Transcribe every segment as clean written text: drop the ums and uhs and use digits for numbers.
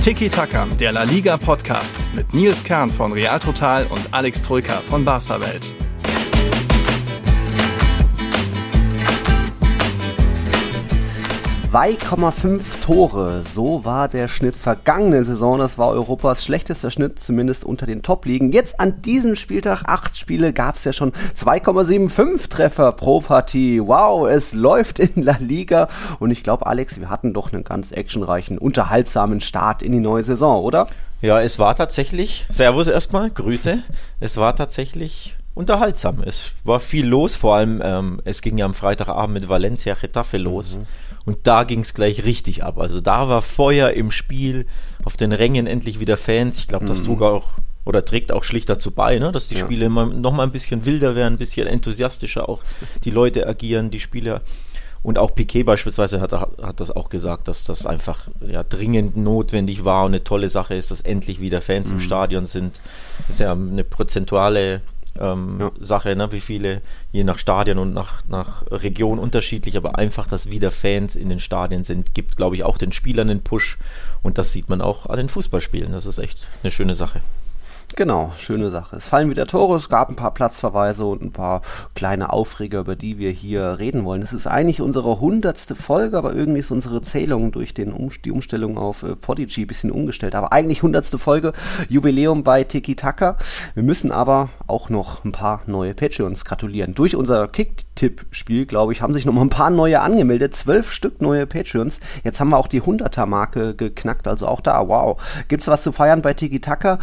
Tiki Taka, der La Liga Podcast mit Nils Kern von Real Total und Alex Troika von Barca Welt. 2,5 Tore, so war der Schnitt vergangene Saison. Das war Europas schlechtester Schnitt, zumindest unter den Top-Ligen. Jetzt an diesem Spieltag, 8 Spiele, gab es ja schon 2,75 Treffer pro Partie. Wow, es läuft in La Liga. Und ich glaube, Alex, wir hatten doch einen ganz actionreichen, unterhaltsamen Start in die neue Saison, oder? Ja, es war tatsächlich, Servus erstmal, Grüße, es war tatsächlich unterhaltsam. Es war viel los, vor allem, es ging ja am Freitagabend mit Valencia Getafe los. Und da ging es gleich richtig ab. Also da war Feuer im Spiel, auf den Rängen endlich wieder Fans. Ich glaube, das trägt auch schlicht dazu bei, ne? Dass die Spiele noch mal ein bisschen wilder werden, ein bisschen enthusiastischer auch die Leute agieren, die Spieler. Und auch Piqué beispielsweise hat das auch gesagt, dass das einfach dringend notwendig war und eine tolle Sache ist, dass endlich wieder Fans im Stadion sind. Das ist ja eine prozentuale Sache, ne? Wie viele, je nach Stadion und nach Region unterschiedlich, aber einfach, dass wieder Fans in den Stadien sind, gibt, glaube ich, auch den Spielern einen Push und das sieht man auch an den Fußballspielen. Das ist echt eine schöne Sache. Genau, schöne Sache. Es fallen wieder Tore, es gab ein paar Platzverweise und ein paar kleine Aufreger, über die wir hier reden wollen. Es ist eigentlich unsere 100. Folge, aber irgendwie ist unsere Zählung durch die Umstellung auf Podigy ein bisschen umgestellt. Aber eigentlich 100. Folge, Jubiläum bei Tiki Taka. Wir müssen aber auch noch ein paar neue Patreons gratulieren. Durch unser Kick-Tipp-Spiel, glaube ich, haben sich noch mal ein paar neue angemeldet. 12 Stück neue Patreons. Jetzt haben wir auch die 100er-Marke geknackt, also auch da, wow. Gibt's was zu feiern bei Tiki Taka?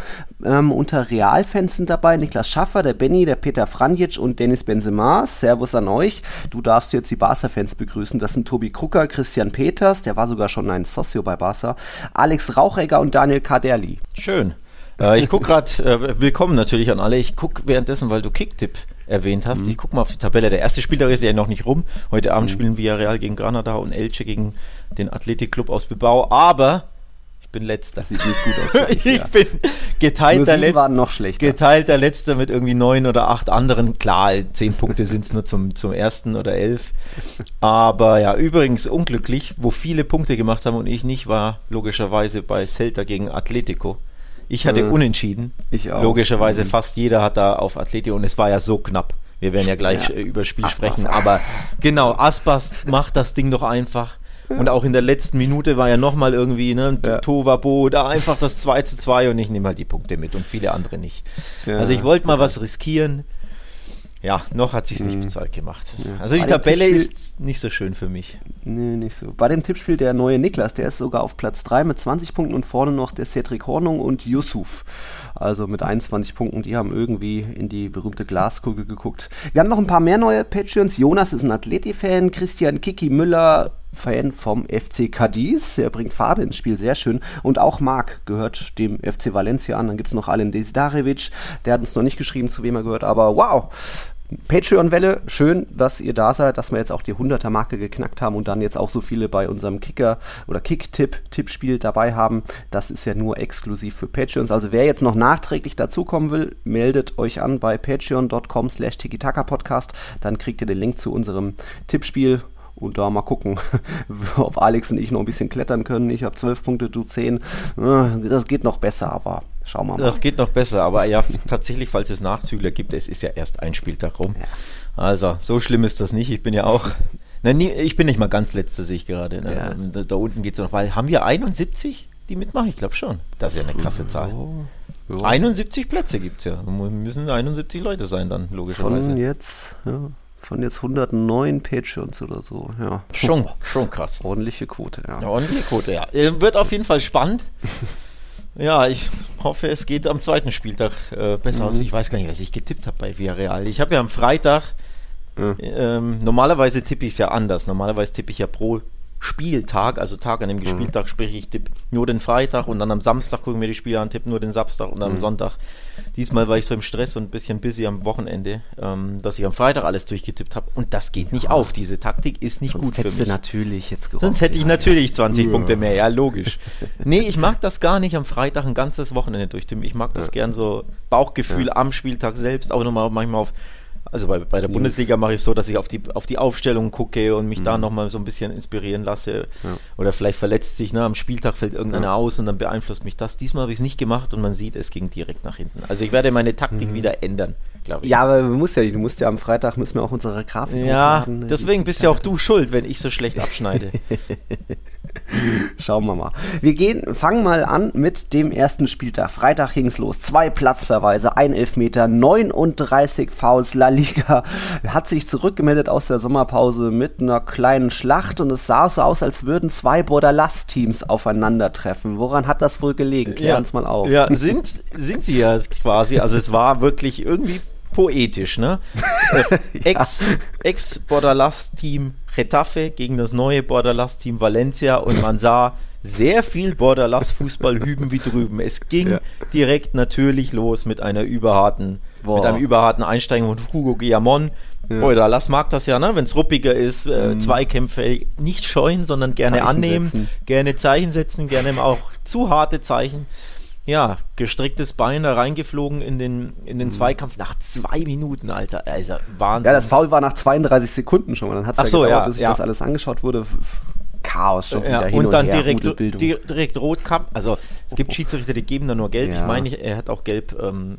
Unter Realfans sind dabei Niklas Schaffer, der Benny, der Peter Franjic und Dennis Benzema. Servus an euch. Du darfst jetzt die Barca-Fans begrüßen. Das sind Tobi Krucker, Christian Peters, der war sogar schon ein Socio bei Barca, Alex Rauchegger und Daniel Kaderli. Schön. Ich gucke gerade, willkommen natürlich an alle. Ich gucke währenddessen, weil du Kicktipp erwähnt hast, ich gucke mal auf die Tabelle. Der erste Spieltag ist ja noch nicht rum. Heute Abend spielen Villarreal gegen Granada und Elche gegen den Athletic Club aus Bilbao. Aber bin letzter. Das sieht nicht gut aus. Ich bin geteilter Letzter mit irgendwie 9 oder 8 anderen. Klar, 10 Punkte sind es nur zum ersten oder 11. Aber ja, übrigens unglücklich, wo viele Punkte gemacht haben und ich nicht, war logischerweise bei Celta gegen Atletico. Ich hatte unentschieden. Ich auch. Logischerweise fast jeder hat da auf Atletico und es war ja so knapp. Wir werden ja gleich über Spiel sprechen. Aber genau, Aspas macht das Ding doch einfach. Und auch in der letzten Minute war ja nochmal irgendwie, Tovabo, da einfach das 2:2 und ich nehme halt die Punkte mit und viele andere nicht. Ja, also ich wollte mal was riskieren. Ja, noch hat sich's nicht bezahlt gemacht. Ja. Also die Tabelle ist nicht so schön für mich. Nee, nicht so. Bei dem Tippspiel der neue Niklas, der ist sogar auf Platz 3 mit 20 Punkten und vorne noch der Cedric Hornung und Yusuf. Also mit 21 Punkten, die haben irgendwie in die berühmte Glaskugel geguckt. Wir haben noch ein paar mehr neue Patreons. Jonas ist ein Atleti-Fan, Christian Kiki Müller, Fan vom FC Cadiz, er bringt Farbe ins Spiel, sehr schön. Und auch Marc gehört dem FC Valencia an. Dann gibt es noch Alen Dezdarevic, der hat uns noch nicht geschrieben, zu wem er gehört, aber wow! Patreon-Welle, schön, dass ihr da seid, dass wir jetzt auch die 100er-Marke geknackt haben und dann jetzt auch so viele bei unserem Kicker- oder Kick-Tipp-Tippspiel dabei haben. Das ist ja nur exklusiv für Patreons. Also wer jetzt noch nachträglich dazukommen will, meldet euch an bei patreon.com/tiki-taka-podcast. Dann kriegt ihr den Link zu unserem Tippspiel. Und da mal gucken, ob Alex und ich noch ein bisschen klettern können. Ich habe 12 Punkte, du 10. Das geht noch besser, aber schauen wir mal. Das geht noch besser, aber ja, tatsächlich, falls es Nachzügler gibt, es ist ja erst ein Spieltag rum. Ja. Also, so schlimm ist das nicht. Ich bin ja auch, ich bin nicht mal ganz letzter, sehe ich gerade. Ja. Da unten geht es noch, weil haben wir 71, die mitmachen? Ich glaube schon. Das ist ja eine krasse Zahl. Ja. 71 Plätze gibt es ja. Müssen 71 Leute sein dann, logischerweise. Von jetzt 109 Patreons oder so, ja. Schon krass. Ordentliche Quote, ja. Ordentliche Quote, ja. Wird auf jeden Fall spannend. Ja, ich hoffe, es geht am zweiten Spieltag besser aus. Ich weiß gar nicht, was ich getippt habe bei Villarreal. Ich habe ja am Freitag, normalerweise tippe ich es ja anders. Normalerweise tippe ich ja pro Spieltag, also Tag an dem Spieltag, sprich ich tippe nur den Freitag und dann am Samstag gucken wir die Spiele an, tippe nur den Samstag und am Sonntag. Diesmal war ich so im Stress und ein bisschen busy am Wochenende, dass ich am Freitag alles durchgetippt habe und das geht nicht auf. Diese Taktik ist nicht gut für mich. Sonst hätte ich natürlich 20 Punkte mehr, ja logisch. Nee, ich mag das gar nicht am Freitag ein ganzes Wochenende durchtippen. Ich mag das gern so Bauchgefühl am Spieltag selbst, auch nochmal manchmal Also bei der Bundesliga mache ich so, dass ich auf die Aufstellung gucke und mich da nochmal so ein bisschen inspirieren lasse. Ja. Oder vielleicht verletzt sich, am Spieltag fällt irgendeiner aus und dann beeinflusst mich das. Diesmal habe ich es nicht gemacht und man sieht, es ging direkt nach hinten. Also ich werde meine Taktik wieder ändern, glaube ich. Ja, aber du musst ja am Freitag müssen wir auch unsere Grafik hochladen. Deswegen bist ja auch du schuld, wenn ich so schlecht abschneide. Schauen wir mal. Fangen mal an mit dem ersten Spieltag. Freitag ging es los. 2 Platzverweise, 1 Elfmeter, 39 Fouls. La Liga hat sich zurückgemeldet aus der Sommerpause mit einer kleinen Schlacht und es sah so aus, als würden 2 Borderlass-Teams aufeinandertreffen. Woran hat das wohl gelegen? Klär uns mal auf. Ja, sind sie ja quasi. Also es war wirklich irgendwie poetisch, ne? Ex-Borderlass-Team Getafe gegen das neue Borderlass-Team Valencia und man sah sehr viel Borderlass-Fußball hüben wie drüben. Es ging direkt natürlich los mit einem überharten Einsteigen von Hugo Guillamon. Borderlass mag das ja, ne? Wenn es ruppiger ist, Zweikämpfe nicht scheuen, sondern gerne Zeichen annehmen, setzen. Gerne Zeichen setzen, gerne auch zu harte Zeichen. Ja, gestrecktes Bein da reingeflogen in den Zweikampf nach 2 Minuten, Alter. Also Wahnsinn. Ja, das Foul war nach 32 Sekunden schon. Dann hat es gedauert, bis sich das alles angeschaut wurde. Chaos schon wieder hin und dann direkt rot kam. Also es gibt Schiedsrichter, die geben da nur Gelb. Ja. Ich meine, er hat auch Gelb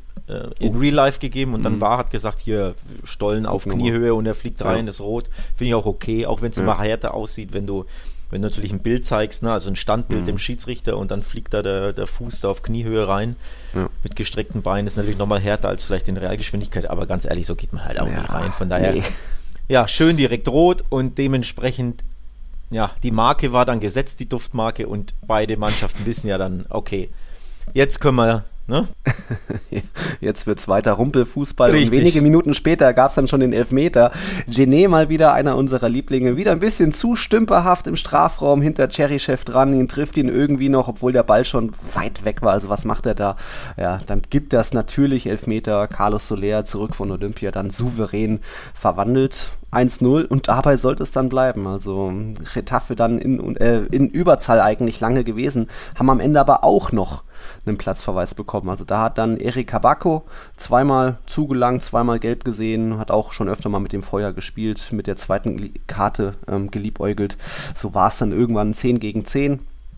in Real Life gegeben und dann hat gesagt, hier Stollen auf Kniehöhe und er fliegt rein, das Rot. Finde ich auch okay, auch wenn es immer härter aussieht, wenn du natürlich ein Bild zeigst, ne, also ein Standbild dem Schiedsrichter und dann fliegt da der Fuß da auf Kniehöhe rein mit gestreckten Beinen, ist natürlich nochmal härter als vielleicht in Realgeschwindigkeit, aber ganz ehrlich, so geht man halt auch nicht rein. Von daher, schön direkt rot und dementsprechend, die Marke war dann gesetzt, die Duftmarke und beide Mannschaften wissen ja dann, okay, jetzt können wir, ne? Jetzt wird's weiter Rumpelfußball. Richtig. Und wenige Minuten später gab es dann schon den Elfmeter. Gené mal wieder, einer unserer Lieblinge, wieder ein bisschen zu stümperhaft im Strafraum hinter Cheryshev dran. Ihn trifft ihn irgendwie noch, obwohl der Ball schon weit weg war. Also was macht er da? Ja, dann gibt das natürlich Elfmeter. Carlos Soler zurück von Olympia, dann souverän verwandelt. 1-0 und dabei sollte es dann bleiben. Also Getafe dann in Überzahl eigentlich lange gewesen, haben am Ende aber auch noch einen Platzverweis bekommen. Also da hat dann Eric Kabako zweimal zugelangt, zweimal gelb gesehen, hat auch schon öfter mal mit dem Feuer gespielt, mit der zweiten Karte geliebäugelt. So war es dann irgendwann 10-10.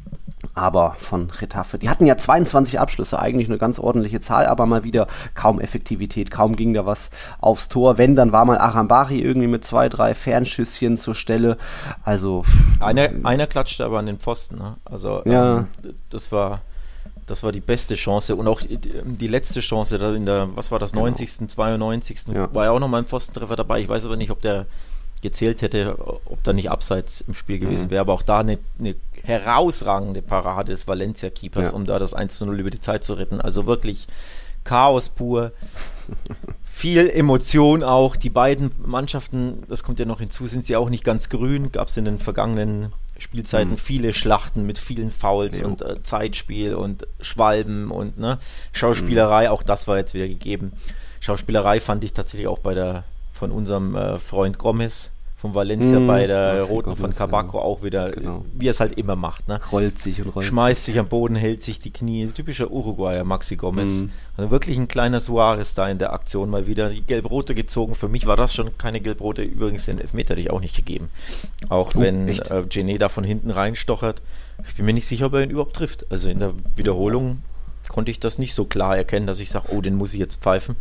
Aber von Getafe, die hatten ja 22 Abschlüsse, eigentlich eine ganz ordentliche Zahl, aber mal wieder kaum Effektivität, kaum ging da was aufs Tor. Wenn, dann war mal Arambari irgendwie mit 2-3 Fernschüsschen zur Stelle. Also einer klatschte aber an den Pfosten, ne? Also das war die beste Chance und auch die letzte Chance da in der, was war das, 90., 92. War ja auch nochmal ein Pfostentreffer dabei. Ich weiß aber nicht, ob der gezählt hätte, ob da nicht abseits im Spiel gewesen wäre, aber auch da eine herausragende Parade des Valencia-Keepers, um da das 1-0 über die Zeit zu retten. Also wirklich Chaos pur. Viel Emotion auch. Die beiden Mannschaften, das kommt ja noch hinzu, sind sie auch nicht ganz grün. Gab es in den vergangenen Spielzeiten viele Schlachten mit vielen Fouls und Zeitspiel und Schwalben und Schauspielerei. Auch das war jetzt wieder gegeben. Schauspielerei fand ich tatsächlich auch von unserem Freund Gomez von Valencia bei der Roten von Kabako auch wieder, wie er es halt immer macht. Ne? Rollt sich. Schmeißt sich am Boden, hält sich die Knie. Typischer Uruguayer, Maxi Gomez. Also wirklich ein kleiner Suarez da in der Aktion mal wieder. Die Gelb-Rote gezogen. Für mich war das schon keine Gelb-Rote. Übrigens den Elfmeter hätte ich auch nicht gegeben. Auch wenn Gené da von hinten reinstochert. Ich bin mir nicht sicher, ob er ihn überhaupt trifft. Also in der Wiederholung konnte ich das nicht so klar erkennen, dass ich sage, oh, den muss ich jetzt pfeifen.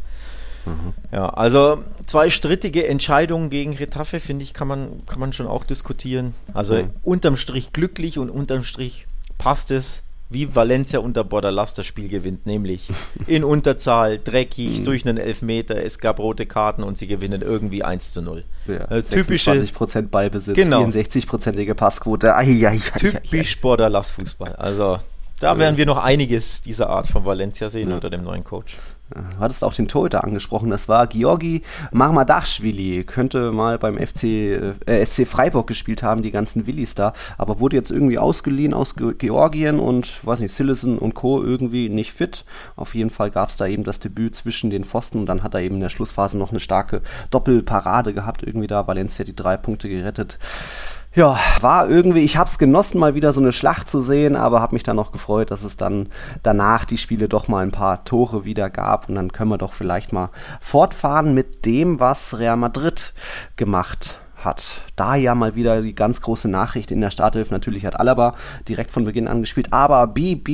Ja, also 2 strittige Entscheidungen gegen Getafe, finde ich, kann man schon auch diskutieren. Also unterm Strich glücklich und unterm Strich passt es, wie Valencia unter Bordalas das Spiel gewinnt, nämlich in Unterzahl, dreckig, durch einen Elfmeter, es gab rote Karten und sie gewinnen irgendwie 1-0. Ja, typische 20% Ballbesitz, 64%ige Passquote. Typisch Bordalas Fußball. Also da werden wir noch einiges dieser Art von Valencia sehen unter dem neuen Coach. Du hattest auch den Torhüter angesprochen, das war Georgi Marmadashvili, könnte mal beim SC Freiburg gespielt haben, die ganzen Willis da, aber wurde jetzt irgendwie ausgeliehen aus Georgien und, weiß nicht, Silesen und Co. irgendwie nicht fit. Auf jeden Fall gab es da eben das Debüt zwischen den Pfosten und dann hat er eben in der Schlussphase noch eine starke Doppelparade gehabt, irgendwie da Valencia die 3 Punkte gerettet. Ja, war irgendwie, ich habe es genossen, mal wieder so eine Schlacht zu sehen, aber habe mich dann noch gefreut, dass es dann danach die Spiele doch mal ein paar Tore wieder gab. Und dann können wir doch vielleicht mal fortfahren mit dem, was Real Madrid gemacht hat. Da ja mal wieder die ganz große Nachricht in der Startelf. Natürlich hat Alaba direkt von Beginn an gespielt, aber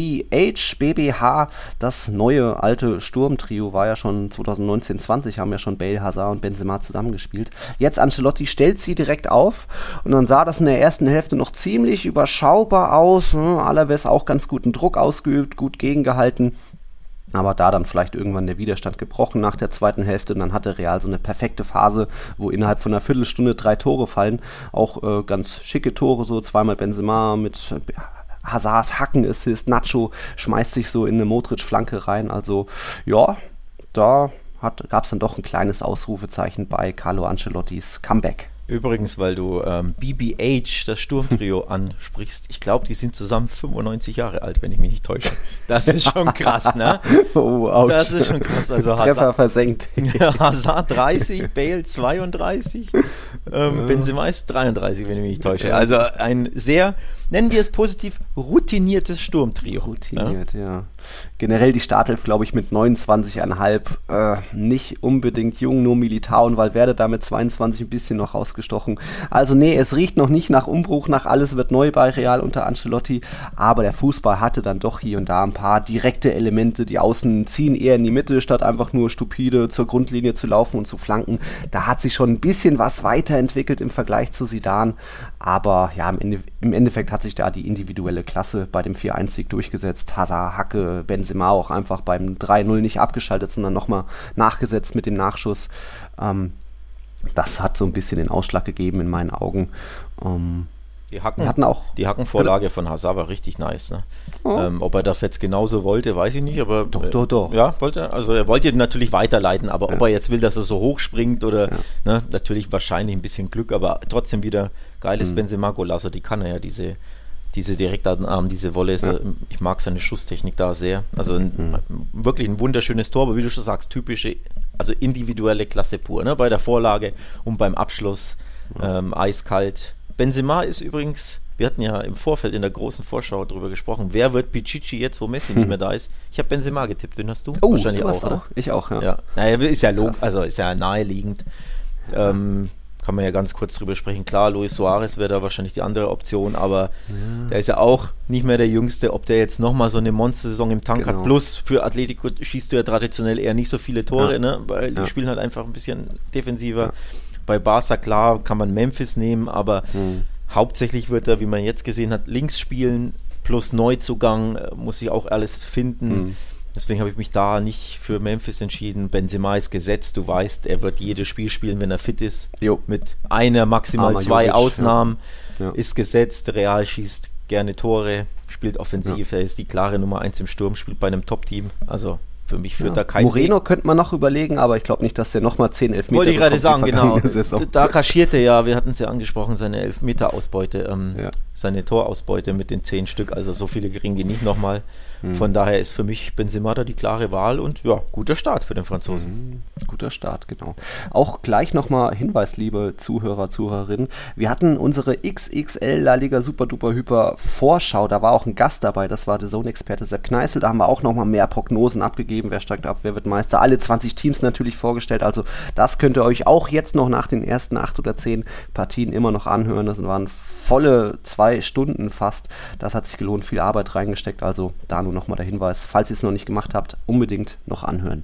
BBH, das neue alte Sturmtrio, war ja schon 2019-20, haben ja schon Bale, Hazard und Benzema zusammengespielt. Jetzt Ancelotti stellt sie direkt auf und dann sah das in der ersten Hälfte noch ziemlich überschaubar aus. Alaves auch ganz guten Druck ausgeübt, gut gegengehalten. Aber da dann vielleicht irgendwann der Widerstand gebrochen nach der zweiten Hälfte. Und dann hatte Real so eine perfekte Phase, wo innerhalb von einer Viertelstunde 3 Tore fallen. Auch ganz schicke Tore, so zweimal Benzema mit Hazards Hackenassist. Nacho schmeißt sich so in eine Modric-Flanke rein. Also ja, da gab es dann doch ein kleines Ausrufezeichen bei Carlo Ancelottis Comeback. Übrigens, weil du BBH, das Sturmtrio, ansprichst, ich glaube, die sind zusammen 95 Jahre alt, wenn ich mich nicht täusche. Das ist schon krass, ne? Oh, ouch. Das ist schon krass. Also Treffer versenkt. Hazard 30, Bale 32, Benzema ist 33, wenn ich mich nicht täusche. Also ein sehr, nennen wir es positiv, routiniertes Sturmtrio. Routiniert, ja. Generell die Startelf, glaube ich, mit 29,5 nicht unbedingt jung, nur Militao und Valverde da mit 22 ein bisschen noch rausgestochen. Also nee, es riecht noch nicht nach Umbruch, nach alles wird neu bei Real unter Ancelotti, aber der Fußball hatte dann doch hier und da ein paar direkte Elemente. Die Außen ziehen eher in die Mitte, statt einfach nur stupide zur Grundlinie zu laufen und zu flanken. Da hat sich schon ein bisschen was weiterentwickelt im Vergleich zu Zidane, aber ja, im Endeffekt hat sich da die individuelle Klasse bei dem 4-1-Sieg durchgesetzt. Hazard, Hacke, Benzema auch einfach beim 3-0 nicht abgeschaltet, sondern nochmal nachgesetzt mit dem Nachschuss. Das hat so ein bisschen den Ausschlag gegeben in meinen Augen. Die Hackenvorlage von Hazard war richtig nice. Ne? Oh. Ob er das jetzt genauso wollte, weiß ich nicht. Aber Doch. Ja, er wollte natürlich weiterleiten, aber ob er jetzt will, dass er so hoch springt oder ne, natürlich wahrscheinlich ein bisschen Glück, aber trotzdem wieder geiles Benzema-Golazo, die kann er ja, diese direkten Arm, diese Volley, ich mag seine Schusstechnik da sehr. Also wirklich ein wunderschönes Tor, aber wie du schon sagst, typische, also individuelle Klasse pur, ne? Bei der Vorlage und beim Abschluss eiskalt. Benzema ist übrigens, wir hatten ja im Vorfeld in der großen Vorschau drüber gesprochen, wer wird Pichichi jetzt, wo Messi nicht mehr da ist? Ich habe Benzema getippt, wen hast du? Wahrscheinlich auch, oder? Ich auch, ja. Naja, ist ja also ist ja naheliegend. Kann man ja ganz kurz drüber sprechen. Klar, Luis Suarez wäre da wahrscheinlich die andere Option, aber der ist ja auch nicht mehr der Jüngste. Ob der jetzt nochmal so eine Monstersaison im Tank hat, plus für Atletico schießt du ja traditionell eher nicht so viele Tore, ne? Weil die spielen halt einfach ein bisschen defensiver. Ja. Bei Barca, klar, kann man Memphis nehmen, aber hauptsächlich wird er, wie man jetzt gesehen hat, links spielen, plus Neuzugang, muss ich auch alles finden. Deswegen habe ich mich da nicht für Memphis entschieden. Benzema ist gesetzt, du weißt, er wird jedes Spiel spielen, wenn er fit ist. Mit einer, maximal zwei Ausnahmen ist gesetzt. Real schießt gerne Tore, spielt offensiv, er ist die klare Nummer 1 im Sturm, spielt bei einem Top-Team. Also für mich führt da kein Moreno Weg. Könnte man noch überlegen, aber ich glaube nicht, dass der nochmal 10 Elfmeter wollte ich gerade sagen, genau. Da kaschiert er ja, wir hatten es ja angesprochen, seine Elfmeter-Ausbeute, seine Torausbeute mit den 10 Stück, also so viele kriegen die nicht nochmal. Von daher ist für mich Benzema da die klare Wahl und ja, guter Start für den Franzosen. Guter Start, genau. Auch gleich nochmal Hinweis, liebe Zuhörer, Zuhörerinnen. Wir hatten unsere XXL La Liga Super Duper Hyper Vorschau, da war auch ein Gast dabei, das war der Zone-Experte Sepp Kneißl, da haben wir auch nochmal mehr Prognosen abgegeben, wer steigt ab, wer wird Meister, alle 20 Teams natürlich vorgestellt, also das könnt ihr euch auch jetzt noch nach den ersten 8 oder 10 Partien immer noch anhören, das waren volle 2 Stunden fast, das hat sich gelohnt, viel Arbeit reingesteckt, also da nur nochmal der Hinweis, falls ihr es noch nicht gemacht habt, unbedingt noch anhören.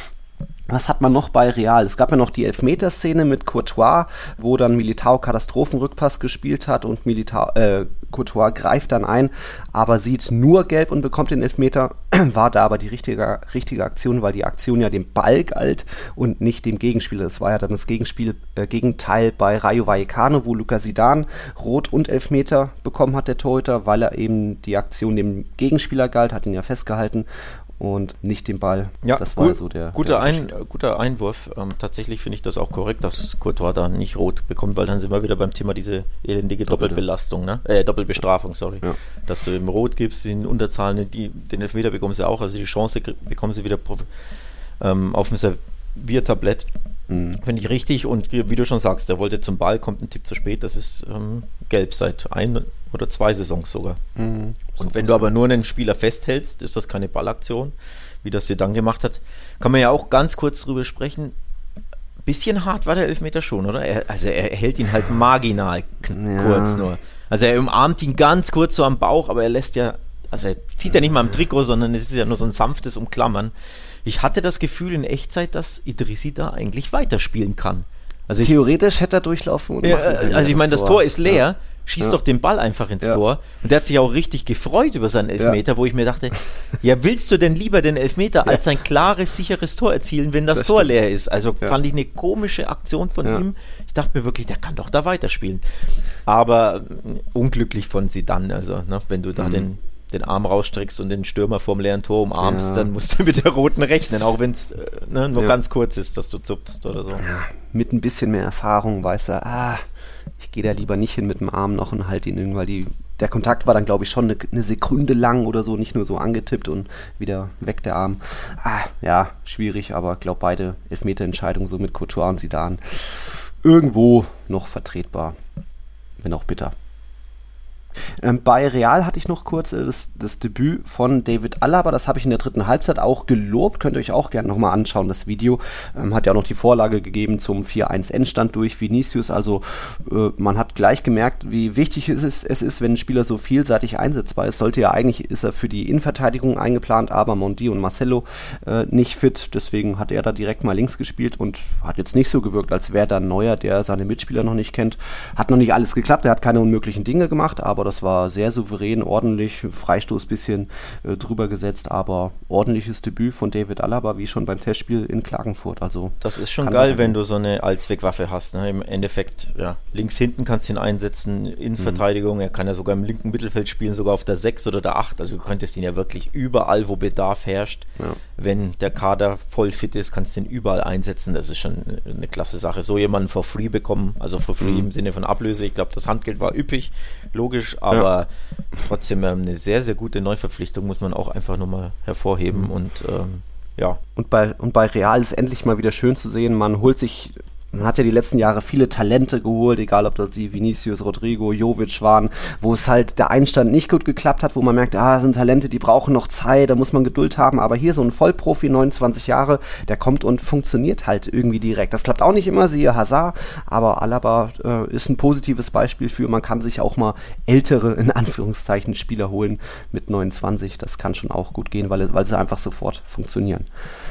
Was hat man noch bei Real? Es gab ja noch die Elfmeterszene mit Courtois, wo dann Militao Katastrophenrückpass gespielt hat und Courtois greift dann ein, aber sieht nur gelb und bekommt den Elfmeter. War da aber die richtige Aktion, weil die Aktion ja dem Ball galt und nicht dem Gegenspieler. Das war ja dann das Gegenteil bei Rayo Vallecano, wo Lucas Zidane Rot und Elfmeter bekommen hat, der Torhüter, weil er eben die Aktion dem Gegenspieler galt, hat ihn ja festgehalten. Und nicht den Ball. Ja, das war so der guter Einwurf. Tatsächlich finde ich das auch korrekt, dass Courtois da nicht rot bekommt, weil dann sind wir wieder beim Thema diese elendige Doppelbelastung, ne? Doppelbestrafung, sorry. Ja. Dass du eben rot gibst, den Unterzahlen, den Elfmeter bekommen sie auch, also die Chance bekommen sie wieder auf dem Serviertablett. Finde ich richtig und wie du schon sagst, der wollte zum Ball, kommt ein Tick zu spät, das ist gelb seit 1 oder 2 Saisons sogar. Und wenn du aber nur einen Spieler festhältst, ist das keine Ballaktion, wie das Zidane gemacht hat. Kann man ja auch ganz kurz drüber sprechen. Bisschen hart war der Elfmeter schon, oder? Er hält ihn halt marginal kurz nur. Also er umarmt ihn ganz kurz so am Bauch, aber er zieht ja nicht mal am Trikot, sondern es ist ja nur so ein sanftes Umklammern. Ich hatte das Gefühl in Echtzeit, dass Idrissi da eigentlich weiterspielen kann. Also theoretisch hätte er durchlaufen. Also ich meine, das Tor ist leer, schießt doch den Ball einfach ins Tor. Und der hat sich auch richtig gefreut über seinen Elfmeter, wo ich mir dachte, ja, willst du denn lieber den Elfmeter als ein klares, sicheres Tor erzielen, wenn das Tor leer ist? Also fand ich eine komische Aktion von ihm. Ich dachte mir wirklich, der kann doch da weiterspielen. Aber unglücklich von Zidane, also wenn du da den Arm rausstreckst und den Stürmer vorm leeren Tor umarmst, dann musst du mit der roten rechnen, auch wenn es nur ganz kurz ist, dass du zupfst oder so. Ja, mit ein bisschen mehr Erfahrung weiß er, ich gehe da lieber nicht hin mit dem Arm noch und halte ihn irgendwie, weil der Kontakt war dann, glaube ich, schon eine Sekunde lang oder so, nicht nur so angetippt und wieder weg der Arm. Schwierig, aber ich glaube, beide Elfmeterentscheidungen so mit Courtois und Zidane irgendwo noch vertretbar, wenn auch bitter. Bei Real hatte ich noch kurz das Debüt von David Alaba, das habe ich in der dritten Halbzeit auch gelobt, könnt ihr euch auch gerne nochmal anschauen, das Video, hat ja auch noch die Vorlage gegeben zum 4-1-Endstand durch Vinicius, also man hat gleich gemerkt, wie wichtig es ist, wenn ein Spieler so vielseitig einsetzbar ist, ist er für die Innenverteidigung eingeplant, aber Mondi und Marcelo nicht fit, deswegen hat er da direkt mal links gespielt und hat jetzt nicht so gewirkt, als wäre da ein Neuer, der seine Mitspieler noch nicht kennt, hat noch nicht alles geklappt, er hat keine unmöglichen Dinge gemacht, aber das war sehr souverän, ordentlich, Freistoß bisschen drüber gesetzt, aber ordentliches Debüt von David Alaba, wie schon beim Testspiel in Klagenfurt. Also das ist schon geil, wenn du so eine Allzweckwaffe hast. Ne? Im Endeffekt, links hinten kannst du ihn einsetzen, in Verteidigung, er kann ja sogar im linken Mittelfeld spielen, sogar auf der 6 oder der 8, also du könntest ihn ja wirklich überall, wo Bedarf herrscht, wenn der Kader voll fit ist, kannst du ihn überall einsetzen, das ist schon eine klasse Sache. So jemanden for free bekommen, also for free im Sinne von Ablöse, ich glaube, das Handgeld war üppig, logisch, aber trotzdem eine sehr, sehr gute Neuverpflichtung, muss man auch einfach nochmal hervorheben und Und bei Real ist endlich mal wieder schön zu sehen, man hat ja die letzten Jahre viele Talente geholt, egal ob das die Vinicius, Rodrigo, Jovic waren, wo es halt der Einstand nicht gut geklappt hat, wo man merkt, das sind Talente, die brauchen noch Zeit, da muss man Geduld haben, aber hier so ein Vollprofi, 29 Jahre, der kommt und funktioniert halt irgendwie direkt. Das klappt auch nicht immer, siehe Hazard, aber Alaba ist ein positives Beispiel für, man kann sich auch mal ältere, in Anführungszeichen, Spieler holen mit 29, das kann schon auch gut gehen, weil sie einfach sofort funktionieren.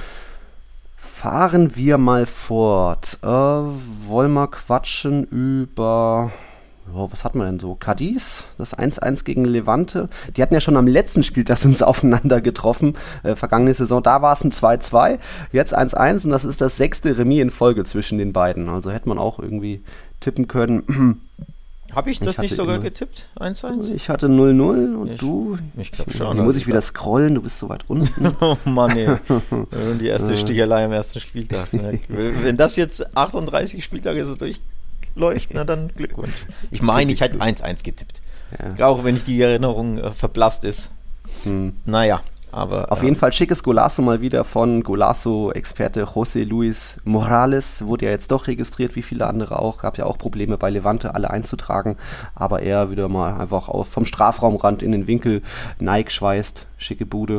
Fahren wir mal fort. Wollen wir quatschen über... was hatten wir denn so? Cadiz, das 1-1 gegen Levante. Die hatten ja schon am letzten Spieltag sind sie aufeinander getroffen. Vergangene Saison, da war es ein 2-2. Jetzt 1-1 und das ist das 6. Remis in Folge zwischen den beiden. Also hätte man auch irgendwie tippen können. Habe ich das nicht sogar getippt? 1-1? Ich hatte 0-0 und du? Ich glaube schon. Die muss ich wieder scrollen, du bist so weit unten. Oh Mann, ey. Die erste Stichelei am ersten Spieltag. Ne? Wenn das jetzt 38 Spieltage so durchläuft, na dann Glückwunsch. Ich meine, ich hätte 1-1 getippt. Ja. Auch wenn die Erinnerung verblasst ist. Naja. Aber, auf jeden Fall schickes Golazo mal wieder von Golazo-Experte José Luis Morales. Wurde ja jetzt doch registriert, wie viele andere auch. Gab ja auch Probleme bei Levante, alle einzutragen. Aber er wieder mal einfach vom Strafraumrand in den Winkel Nike schweißt. Schicke Bude.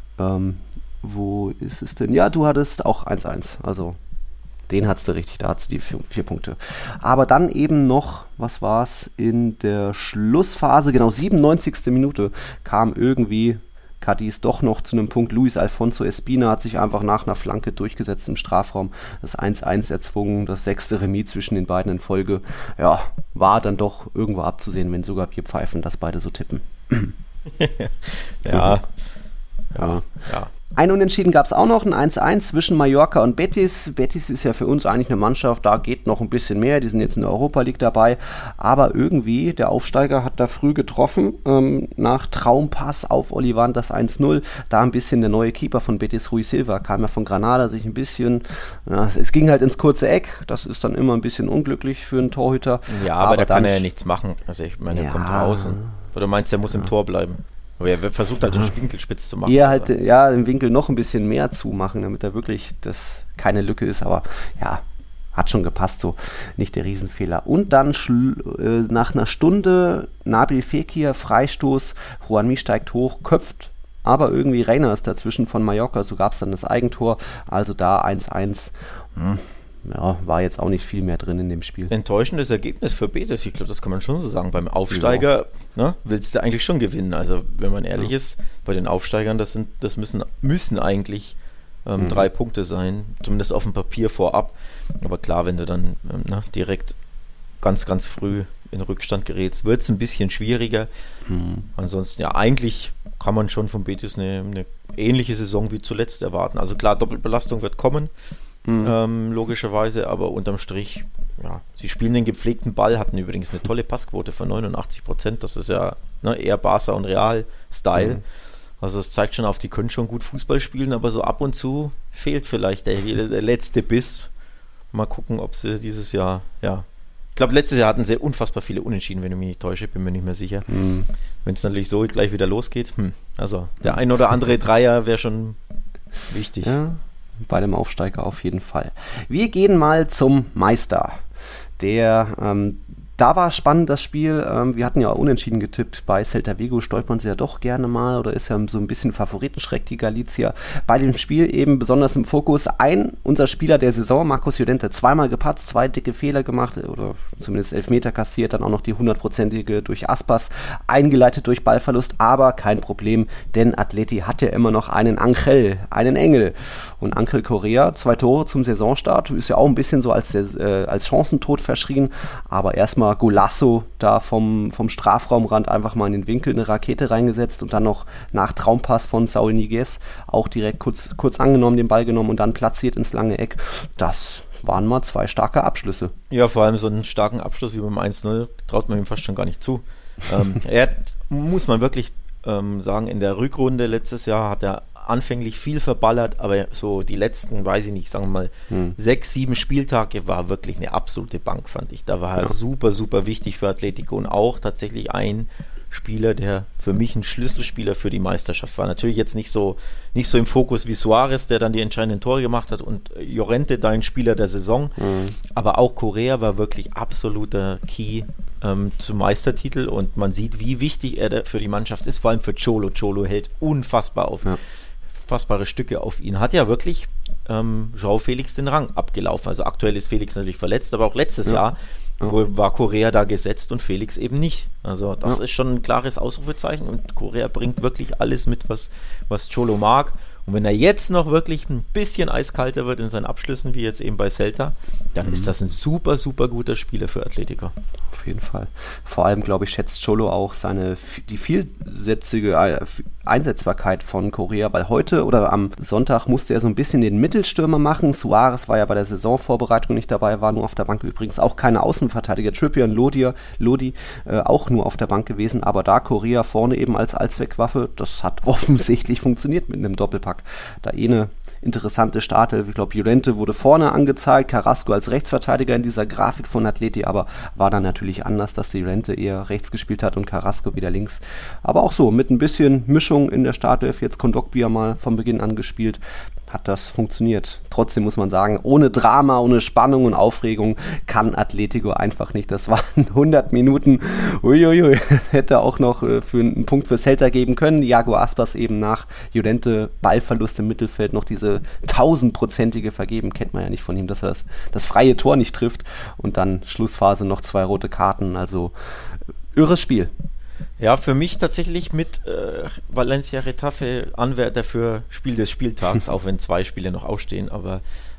Wo ist es denn? Ja, du hattest auch 1-1. Also den hattest du richtig, da hattest du die 4 Punkte. Aber dann eben noch, was war es, in der Schlussphase, genau 97. Minute, kam irgendwie Cadiz doch noch zu einem Punkt. Luis Alfonso Espina hat sich einfach nach einer Flanke durchgesetzt im Strafraum, das 1-1 erzwungen, das 6. Remis zwischen den beiden in Folge. Ja, war dann doch irgendwo abzusehen, wenn sogar wir pfeifen, dass beide so tippen. Ja. Ein Unentschieden gab es auch noch, ein 1-1 zwischen Mallorca und Betis. Betis ist ja für uns eigentlich eine Mannschaft, da geht noch ein bisschen mehr, die sind jetzt in der Europa League dabei, aber irgendwie, der Aufsteiger hat da früh getroffen, nach Traumpass auf Olivant das 1-0, da ein bisschen der neue Keeper von Betis, Rui Silva, kam ja von Granada, sich ein bisschen, es ging halt ins kurze Eck, das ist dann immer ein bisschen unglücklich für einen Torhüter. Ja, aber da kann er ja nichts machen, also ich meine, er kommt draußen. Oder meinst du, er muss im Tor bleiben? Aber er versucht halt den Winkel spitz zu machen. Eher halt, den Winkel noch ein bisschen mehr zumachen, damit da wirklich keine Lücke ist. Aber ja, hat schon gepasst, so nicht der Riesenfehler. Und dann nach einer Stunde Nabil Fekir, Freistoß, Juanmi steigt hoch, köpft, aber irgendwie Reina ist dazwischen von Mallorca, so gab es dann das Eigentor, also da 1-1. Ja, war jetzt auch nicht viel mehr drin in dem Spiel. Enttäuschendes Ergebnis für Betis, ich glaube, das kann man schon so sagen. Beim Aufsteiger willst du eigentlich schon gewinnen. Also, wenn man ehrlich ist, bei den Aufsteigern, das müssen eigentlich 3 Punkte sein, zumindest auf dem Papier vorab. Aber klar, wenn du dann direkt ganz, ganz früh in Rückstand gerätst, wird es ein bisschen schwieriger. Ansonsten, ja, eigentlich kann man schon von Betis eine ähnliche Saison wie zuletzt erwarten. Also klar, Doppelbelastung wird kommen. Logischerweise, aber unterm Strich, ja, sie spielen den gepflegten Ball, hatten übrigens eine tolle Passquote von 89%, das ist ja eher Barca und Real-Style, also das zeigt schon auf, die können schon gut Fußball spielen, aber so ab und zu fehlt vielleicht der letzte Biss. Mal gucken, ob sie dieses Jahr, ich glaube, letztes Jahr hatten sie unfassbar viele Unentschieden, wenn ich mich nicht täusche, bin mir nicht mehr sicher. Wenn es natürlich so gleich wieder losgeht, also der ein oder andere Dreier wäre schon wichtig. Ja. Bei dem Aufsteiger auf jeden Fall. Wir gehen mal zum Meister. Da war spannend das Spiel. Wir hatten ja unentschieden getippt. Bei Celta Vigo stolpern sie ja doch gerne mal oder ist ja so ein bisschen Favoritenschreck, die Galizier. Bei dem Spiel eben besonders im Fokus unser Spieler der Saison, Marcos Llorente, 2-mal gepatzt, 2 dicke Fehler gemacht oder zumindest Elfmeter kassiert, dann auch noch die 100%ige durch Aspas, eingeleitet durch Ballverlust, aber kein Problem, denn Atleti hat ja immer noch einen Angel, einen Engel. Und Angel Correa, 2 Tore zum Saisonstart, ist ja auch ein bisschen so als Chancentod verschrien, aber erstmal Golasso da vom Strafraumrand einfach mal in den Winkel eine Rakete reingesetzt und dann noch nach Traumpass von Saúl Ñíguez auch direkt kurz angenommen, den Ball genommen und dann platziert ins lange Eck. Das waren mal 2 starke Abschlüsse. Ja, vor allem so einen starken Abschluss wie beim 1-0 traut man ihm fast schon gar nicht zu. Muss man wirklich sagen, in der Rückrunde letztes Jahr hat er anfänglich viel verballert, aber so die letzten, weiß ich nicht, sagen wir mal 6, 7 Spieltage war wirklich eine absolute Bank, fand ich. Da war er super, super wichtig für Atletico und auch tatsächlich ein Spieler, der für mich ein Schlüsselspieler für die Meisterschaft war. Natürlich jetzt nicht so im Fokus wie Suarez, der dann die entscheidenden Tore gemacht hat, und Llorente, dein Spieler der Saison, aber auch Correa war wirklich absoluter Key zum Meistertitel und man sieht, wie wichtig er für die Mannschaft ist, vor allem für Cholo. Cholo hält unfassbare Stücke auf ihn. Hat ja wirklich João Felix den Rang abgelaufen. Also aktuell ist Felix natürlich verletzt, aber auch letztes Jahr war Correa da gesetzt und Felix eben nicht. Also das ist schon ein klares Ausrufezeichen und Correa bringt wirklich alles mit, was Cholo mag. Und wenn er jetzt noch wirklich ein bisschen eiskalter wird in seinen Abschlüssen, wie jetzt eben bei Celta, dann ist das ein super, super guter Spieler für Atletico. Auf jeden Fall. Vor allem, glaube ich, schätzt Cholo auch die vielsätzige Einsetzbarkeit von Correa, weil heute oder am Sonntag musste er so ein bisschen den Mittelstürmer machen. Suarez war ja bei der Saisonvorbereitung nicht dabei, war nur auf der Bank, übrigens auch keine Außenverteidiger. Trippier und Lodi auch nur auf der Bank gewesen, aber da Correa vorne eben als Allzweckwaffe, das hat offensichtlich funktioniert mit einem Doppelpack. Da eine interessante Startelf. Ich glaube, Llorente wurde vorne angezeigt, Carrasco als Rechtsverteidiger in dieser Grafik von Atleti, aber war dann natürlich anders, dass Llorente eher rechts gespielt hat und Carrasco wieder links. Aber auch so, mit ein bisschen Mischung in der Startelf, jetzt Kondogbia mal von Beginn an gespielt, hat das funktioniert. Trotzdem muss man sagen, ohne Drama, ohne Spannung und Aufregung kann Atletico einfach nicht. Das waren 100 Minuten. Uiuiui, hätte auch noch für einen Punkt für Celta geben können. Iago Aspas eben nach Llorente Ballverlust im Mittelfeld noch diese 1000%ige vergeben. Kennt man ja nicht von ihm, dass er das freie Tor nicht trifft. Und dann Schlussphase noch 2 rote Karten. Also irres Spiel. Ja, für mich tatsächlich mit Valencia Retafe Anwärter für Spiel des Spieltags, auch wenn 2 Spiele noch ausstehen, aber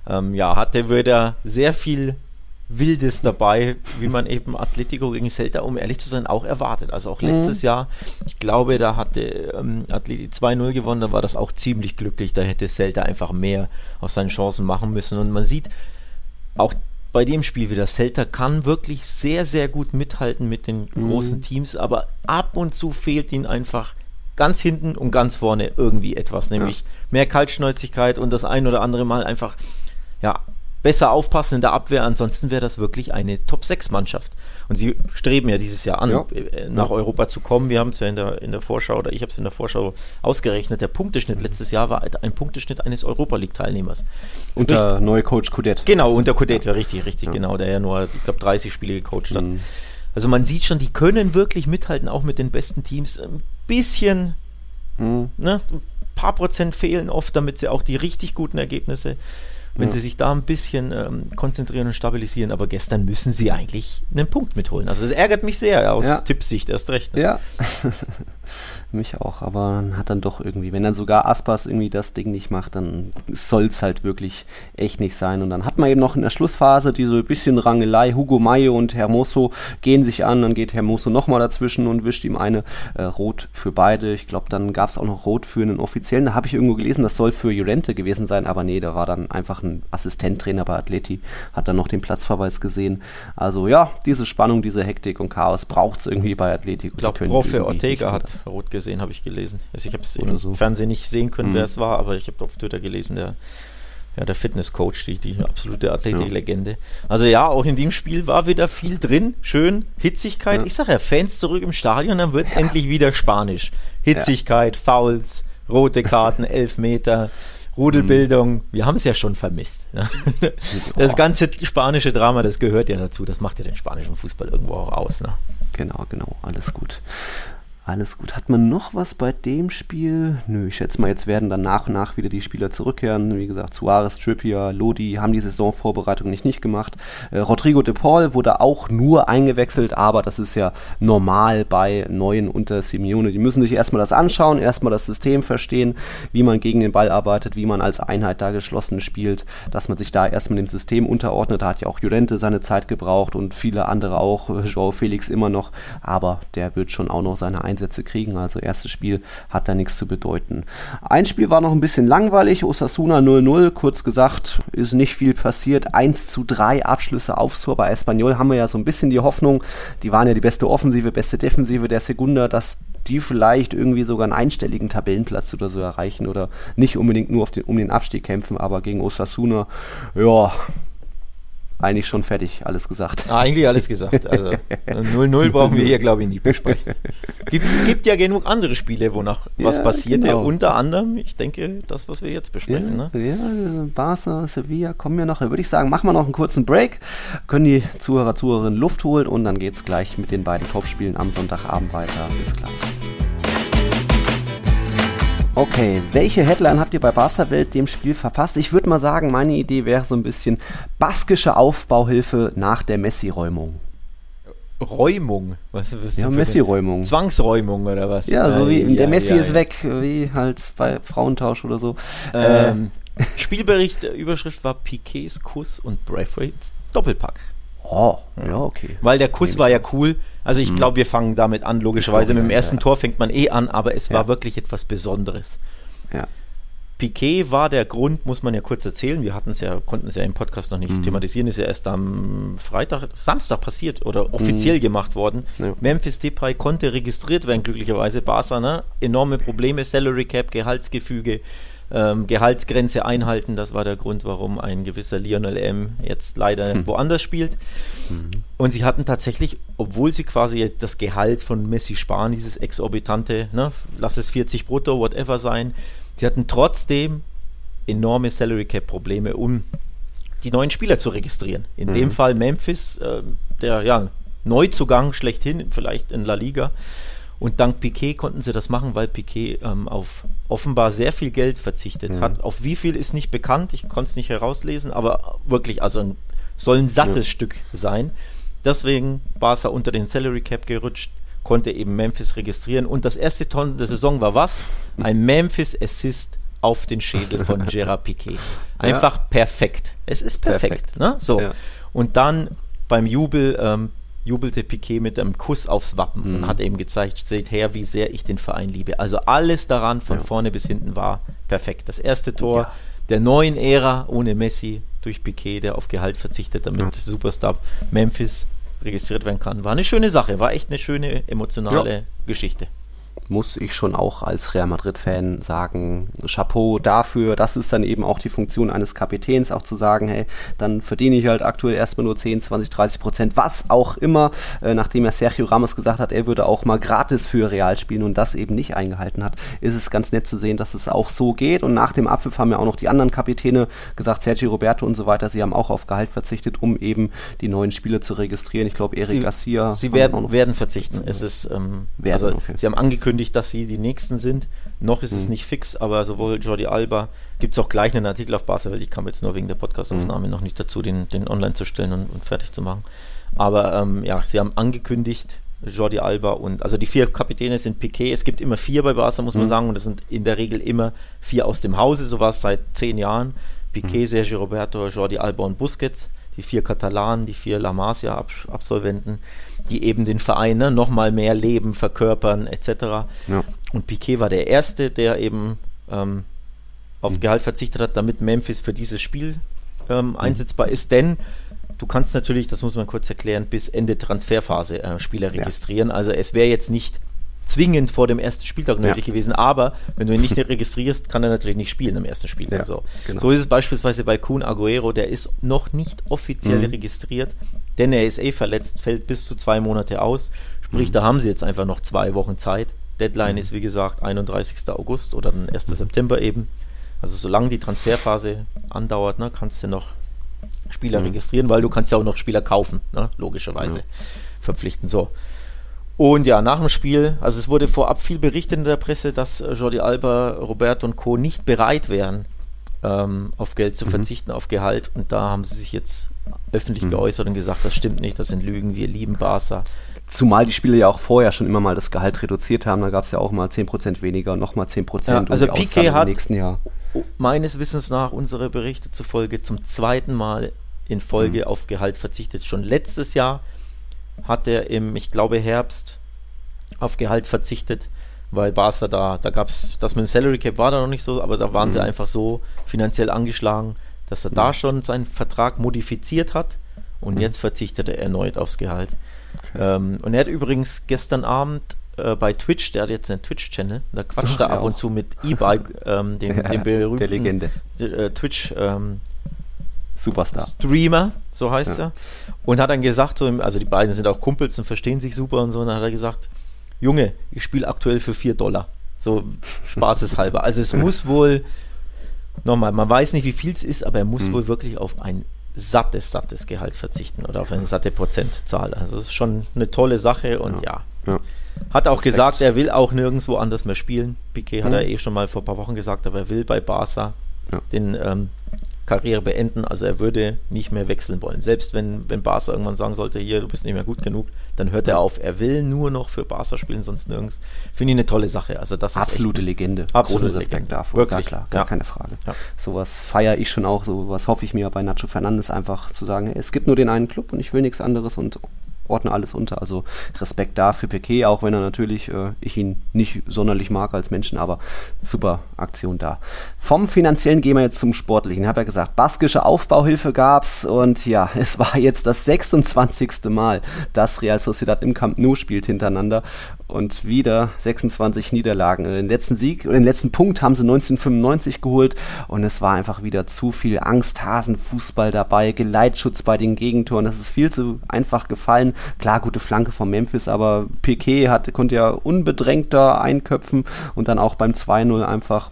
hatte wieder sehr viel Wildes dabei, wie man eben Atletico gegen Celta, um ehrlich zu sein, auch erwartet. Also auch letztes Jahr, ich glaube, da hatte Atleti 2-0 gewonnen, da war das auch ziemlich glücklich, da hätte Celta einfach mehr aus seinen Chancen machen müssen und man sieht auch bei dem Spiel wieder, Celta kann wirklich sehr, sehr gut mithalten mit den großen Teams, aber ab und zu fehlt ihnen einfach ganz hinten und ganz vorne irgendwie etwas, nämlich mehr Kaltschnäuzigkeit und das ein oder andere Mal einfach besser aufpassen in der Abwehr, ansonsten wäre das wirklich eine Top-6-Mannschaft. Und sie streben ja dieses Jahr an, nach Europa zu kommen. Wir haben es ja in der Vorschau, oder ich habe es in der Vorschau ausgerechnet, der Punkteschnitt letztes Jahr war ein Punkteschnitt eines Europa-League-Teilnehmers. Unter neue Coach Coudet. Genau, unter Coudet, ja, richtig, genau, der ja nur, ich glaube, 30 Spiele gecoacht hat. Also man sieht schon, die können wirklich mithalten, auch mit den besten Teams. Ein bisschen, ein paar Prozent fehlen oft, damit sie auch die richtig guten Ergebnisse, wenn sie sich da ein bisschen konzentrieren und stabilisieren, aber gestern müssen sie eigentlich einen Punkt mitholen. Also das ärgert mich sehr aus Tippsicht, erst recht. Ne? Ja, mich auch, aber man hat dann doch irgendwie, wenn dann sogar Aspas irgendwie das Ding nicht macht, dann soll es halt wirklich echt nicht sein. Und dann hat man eben noch in der Schlussphase diese bisschen Rangelei, Hugo Mayo und Hermoso gehen sich an, dann geht Hermoso nochmal dazwischen und wischt ihm eine Rot für beide. Ich glaube, dann gab es auch noch Rot für einen Offiziellen, da habe ich irgendwo gelesen, das soll für Llorente gewesen sein, aber nee, da war dann einfach ein Assistenttrainer bei Atleti, hat dann noch den Platzverweis gesehen. Also ja, diese Spannung, diese Hektik und Chaos braucht es irgendwie bei Atleti. Ich glaube, Profe Ortega hat Rot gesehen, habe ich gelesen. Also ich habe es im Fernsehen nicht sehen können, wer es war, aber ich habe auf Twitter gelesen, der Fitnesscoach, die absolute Athletik-Legende. Also ja, auch in dem Spiel war wieder viel drin, schön, Hitzigkeit. Ja. Ich sage ja, Fans zurück im Stadion, dann wird es endlich wieder spanisch. Hitzigkeit, Fouls, rote Karten, Elfmeter, Rudelbildung, wir haben es ja schon vermisst. Ne? Das ganze spanische Drama, das gehört ja dazu, das macht ja den spanischen Fußball irgendwo auch aus. Ne? Genau, alles gut. Alles gut. Hat man noch was bei dem Spiel? Nö, ich schätze mal, jetzt werden dann nach und nach wieder die Spieler zurückkehren. Wie gesagt, Suarez, Trippier, Lodi haben die Saisonvorbereitung nicht gemacht. Rodrigo de Paul wurde auch nur eingewechselt, aber das ist ja normal bei Neuen unter Simeone. Die müssen sich erstmal das anschauen, erstmal das System verstehen, wie man gegen den Ball arbeitet, wie man als Einheit da geschlossen spielt, dass man sich da erstmal dem System unterordnet. Da hat ja auch Llorente seine Zeit gebraucht und viele andere auch, João Felix immer noch, aber der wird schon auch noch seine Einsätze kriegen, also erstes Spiel hat da nichts zu bedeuten. Ein Spiel war noch ein bisschen langweilig, Osasuna 0-0, kurz gesagt, ist nicht viel passiert, 1:3 Abschlüsse aufs Tor. Bei Espanyol haben wir ja so ein bisschen die Hoffnung, die waren ja die beste Offensive, beste Defensive der Segunda, dass die vielleicht irgendwie sogar einen einstelligen Tabellenplatz oder so erreichen oder nicht unbedingt nur um den Abstieg kämpfen, aber gegen Osasuna, ja, eigentlich schon fertig, alles gesagt. Eigentlich alles gesagt. Also 0-0 brauchen wir hier, glaube ich, nicht besprechen. Gibt ja genug andere Spiele, wo noch was passiert. Genau. Unter anderem, ich denke, das, was wir jetzt besprechen. Ja, ne? Ja, Barca, Sevilla kommen ja noch. Da würde ich sagen, machen wir noch einen kurzen Break, können die Zuhörerinnen Luft holen und dann geht es gleich mit den beiden Topspielen am Sonntagabend weiter. Bis gleich. Okay, welche Headline habt ihr bei Barca Welt dem Spiel verpasst? Ich würde mal sagen, meine Idee wäre so ein bisschen baskische Aufbauhilfe nach der Messi-Räumung. Räumung? Was ja, Messi-Räumung. Zwangsräumung oder was? Ja, so wie der Messi ist weg, wie halt bei Frauentausch oder so. Spielbericht, Überschrift war Piqués Kuss und Braithwaites Doppelpack. Oh, ja, okay. Weil der Kuss war ja cool. Also ich glaube, wir fangen damit an, logischerweise. Mit dem ersten Tor fängt man an, aber es war wirklich etwas Besonderes. Ja. Piqué war der Grund, muss man ja kurz erzählen. Wir konnten es ja im Podcast noch nicht thematisieren. Ist ja erst am Samstag passiert oder offiziell gemacht worden. Ja. Memphis Depay konnte registriert werden, glücklicherweise. Barca, ne? Enorme Probleme, Salary Cap, Gehaltsgefüge, Gehaltsgrenze einhalten. Das war der Grund, warum ein gewisser Lionel M. jetzt leider woanders spielt. Und sie hatten tatsächlich, obwohl sie quasi das Gehalt von Messi sparen, dieses exorbitante, ne, lass es 40 brutto, whatever sein, sie hatten trotzdem enorme Salary Cap Probleme, um die neuen Spieler zu registrieren. In dem Fall Memphis, der Neuzugang schlechthin, vielleicht in La Liga. Und dank Piqué konnten sie das machen, weil Piqué auf offenbar sehr viel Geld verzichtet hat. Auf wie viel ist nicht bekannt, ich konnte es nicht herauslesen, aber wirklich, also soll ein sattes Stück sein. Deswegen Barca unter den Salary Cap gerutscht, konnte eben Memphis registrieren. Und das erste Tor der Saison war was? Ein Memphis Assist auf den Schädel von Gerard Piqué. Einfach perfekt. Es ist perfekt. Ne? So. Ja. Und dann beim Jubel jubelte Piqué mit einem Kuss aufs Wappen und hat eben gezeigt, seht her, wie sehr ich den Verein liebe. Also alles daran, von vorne bis hinten, war perfekt. Das erste Tor der neuen Ära ohne Messi durch Piqué, der auf Gehalt verzichtet, damit Superstar Memphis registriert werden kann. War eine schöne Sache, war echt eine schöne emotionale Geschichte. muss ich schon auch als Real Madrid-Fan sagen, Chapeau dafür, das ist dann eben auch die Funktion eines Kapitäns, auch zu sagen, hey, dann verdiene ich halt aktuell erstmal nur 10, 20, 30%, was auch immer, nachdem ja Sergio Ramos gesagt hat, er würde auch mal gratis für Real spielen und das eben nicht eingehalten hat, ist es ganz nett zu sehen, dass es auch so geht. Und nach dem Abpfiff haben ja auch noch die anderen Kapitäne gesagt, Sergio Roberto und so weiter, sie haben auch auf Gehalt verzichtet, um eben die neuen Spieler zu registrieren. Ich glaube, Eric Garcia... Sie werden verzichten. Es ist, sie haben angekündigt, dass sie die Nächsten sind. Noch ist es nicht fix, aber sowohl Jordi Alba, gibt es auch gleich einen Artikel auf Barca-Welt, ich kam jetzt nur wegen der Podcast-Aufnahme noch nicht dazu, den online zu stellen und fertig zu machen. Aber sie haben angekündigt, Jordi Alba und, also die 4 Kapitäne sind Piqué, es gibt immer 4 bei Barca, muss man sagen, und das sind in der Regel immer 4 aus dem Hause, so war es seit 10 Jahren. Piqué, Sergio Roberto, Jordi Alba und Busquets, die 4 Katalanen, die 4 La Masia-Absolventen, die eben den Verein nochmal mehr leben, verkörpern etc. Ja. Und Piqué war der Erste, der eben auf Gehalt verzichtet hat, damit Memphis für dieses Spiel einsetzbar ist, denn du kannst natürlich, das muss man kurz erklären, bis Ende Transferphase Spieler registrieren, also es wäre jetzt nicht zwingend vor dem ersten Spieltag nötig gewesen, aber wenn du ihn nicht registrierst, kann er natürlich nicht spielen am ersten Spieltag. Ja, so ist es beispielsweise bei Kun Agüero, der ist noch nicht offiziell registriert, denn er ist verletzt, fällt bis zu 2 Monate aus, sprich, da haben sie jetzt einfach noch 2 Wochen Zeit. Deadline ist, wie gesagt, 31. August oder dann 1. September eben. Also solange die Transferphase andauert, kannst du noch Spieler registrieren, weil du kannst ja auch noch Spieler kaufen, logischerweise verpflichten. So. Und ja, nach dem Spiel, also es wurde vorab viel berichtet in der Presse, dass Jordi Alba, Roberto und Co. nicht bereit wären, auf Geld zu verzichten, auf Gehalt. Und da haben sie sich jetzt öffentlich geäußert und gesagt, das stimmt nicht, das sind Lügen, wir lieben Barca. Zumal die Spieler ja auch vorher schon immer mal das Gehalt reduziert haben, da gab es ja auch mal 10% weniger, nochmal 10% ja, also Piqué hat im nächsten Jahr. Meines Wissens nach, unsere Berichte zufolge, zum 2. Mal in Folge auf Gehalt verzichtet. Schon letztes Jahr hat er im, ich glaube, Herbst auf Gehalt verzichtet, weil Barca da gab es, das mit dem Salary Cap war da noch nicht so, aber da waren sie einfach so finanziell angeschlagen, dass er da schon seinen Vertrag modifiziert hat und jetzt verzichtet er erneut aufs Gehalt. Okay. Und er hat übrigens gestern Abend bei Twitch, der hat jetzt einen Twitch-Channel, da quatscht er ab und zu mit E-Bike, dem berühmten der Legende. Twitch Superstar. Streamer, so heißt er. Und hat dann gesagt, also die beiden sind auch Kumpels und verstehen sich super und so, und dann hat er gesagt, Junge, ich spiele aktuell für $4. So spaßeshalber. Also es muss wohl, nochmal, man weiß nicht, wie viel es ist, aber er muss wohl wirklich auf ein sattes Gehalt verzichten oder auf eine satte Prozentzahl. Also das ist schon eine tolle Sache und hat auch gesagt, er will auch nirgendwo anders mehr spielen. Piqué hat er schon mal vor ein paar Wochen gesagt, aber er will bei Barca den Karriere beenden, also er würde nicht mehr wechseln wollen. Selbst wenn Barca irgendwann sagen sollte, hier, du bist nicht mehr gut genug, dann hört er auf. Er will nur noch für Barca spielen, sonst nirgends. Finde ich eine tolle Sache. Also das absolute ist Legende. Absolute Großen Respekt Legende. davor. Wirklich. Gar keine Frage. Ja. Sowas feiere ich schon auch, sowas hoffe ich mir bei Nacho Fernandes einfach zu sagen, hey, es gibt nur den einen Club und ich will nichts anderes und ordne alles unter. Also Respekt da für Piqué, auch wenn er natürlich, ich ihn nicht sonderlich mag als Menschen, aber super Aktion da. Vom Finanziellen gehen wir jetzt zum Sportlichen. Ich habe ja gesagt, baskische Aufbauhilfe gab's und ja, es war jetzt das 26. Mal, dass Real Sociedad im Camp Nou spielt hintereinander und wieder 26 Niederlagen. Den letzten Sieg, den letzten Punkt haben sie 1995 geholt und es war einfach wieder zu viel Angsthasenfußball dabei, Geleitschutz bei den Gegentoren, das ist viel zu einfach gefallen. Klar, gute Flanke von Memphis, aber Piqué konnte ja unbedrängter einköpfen und dann auch beim 2-0 einfach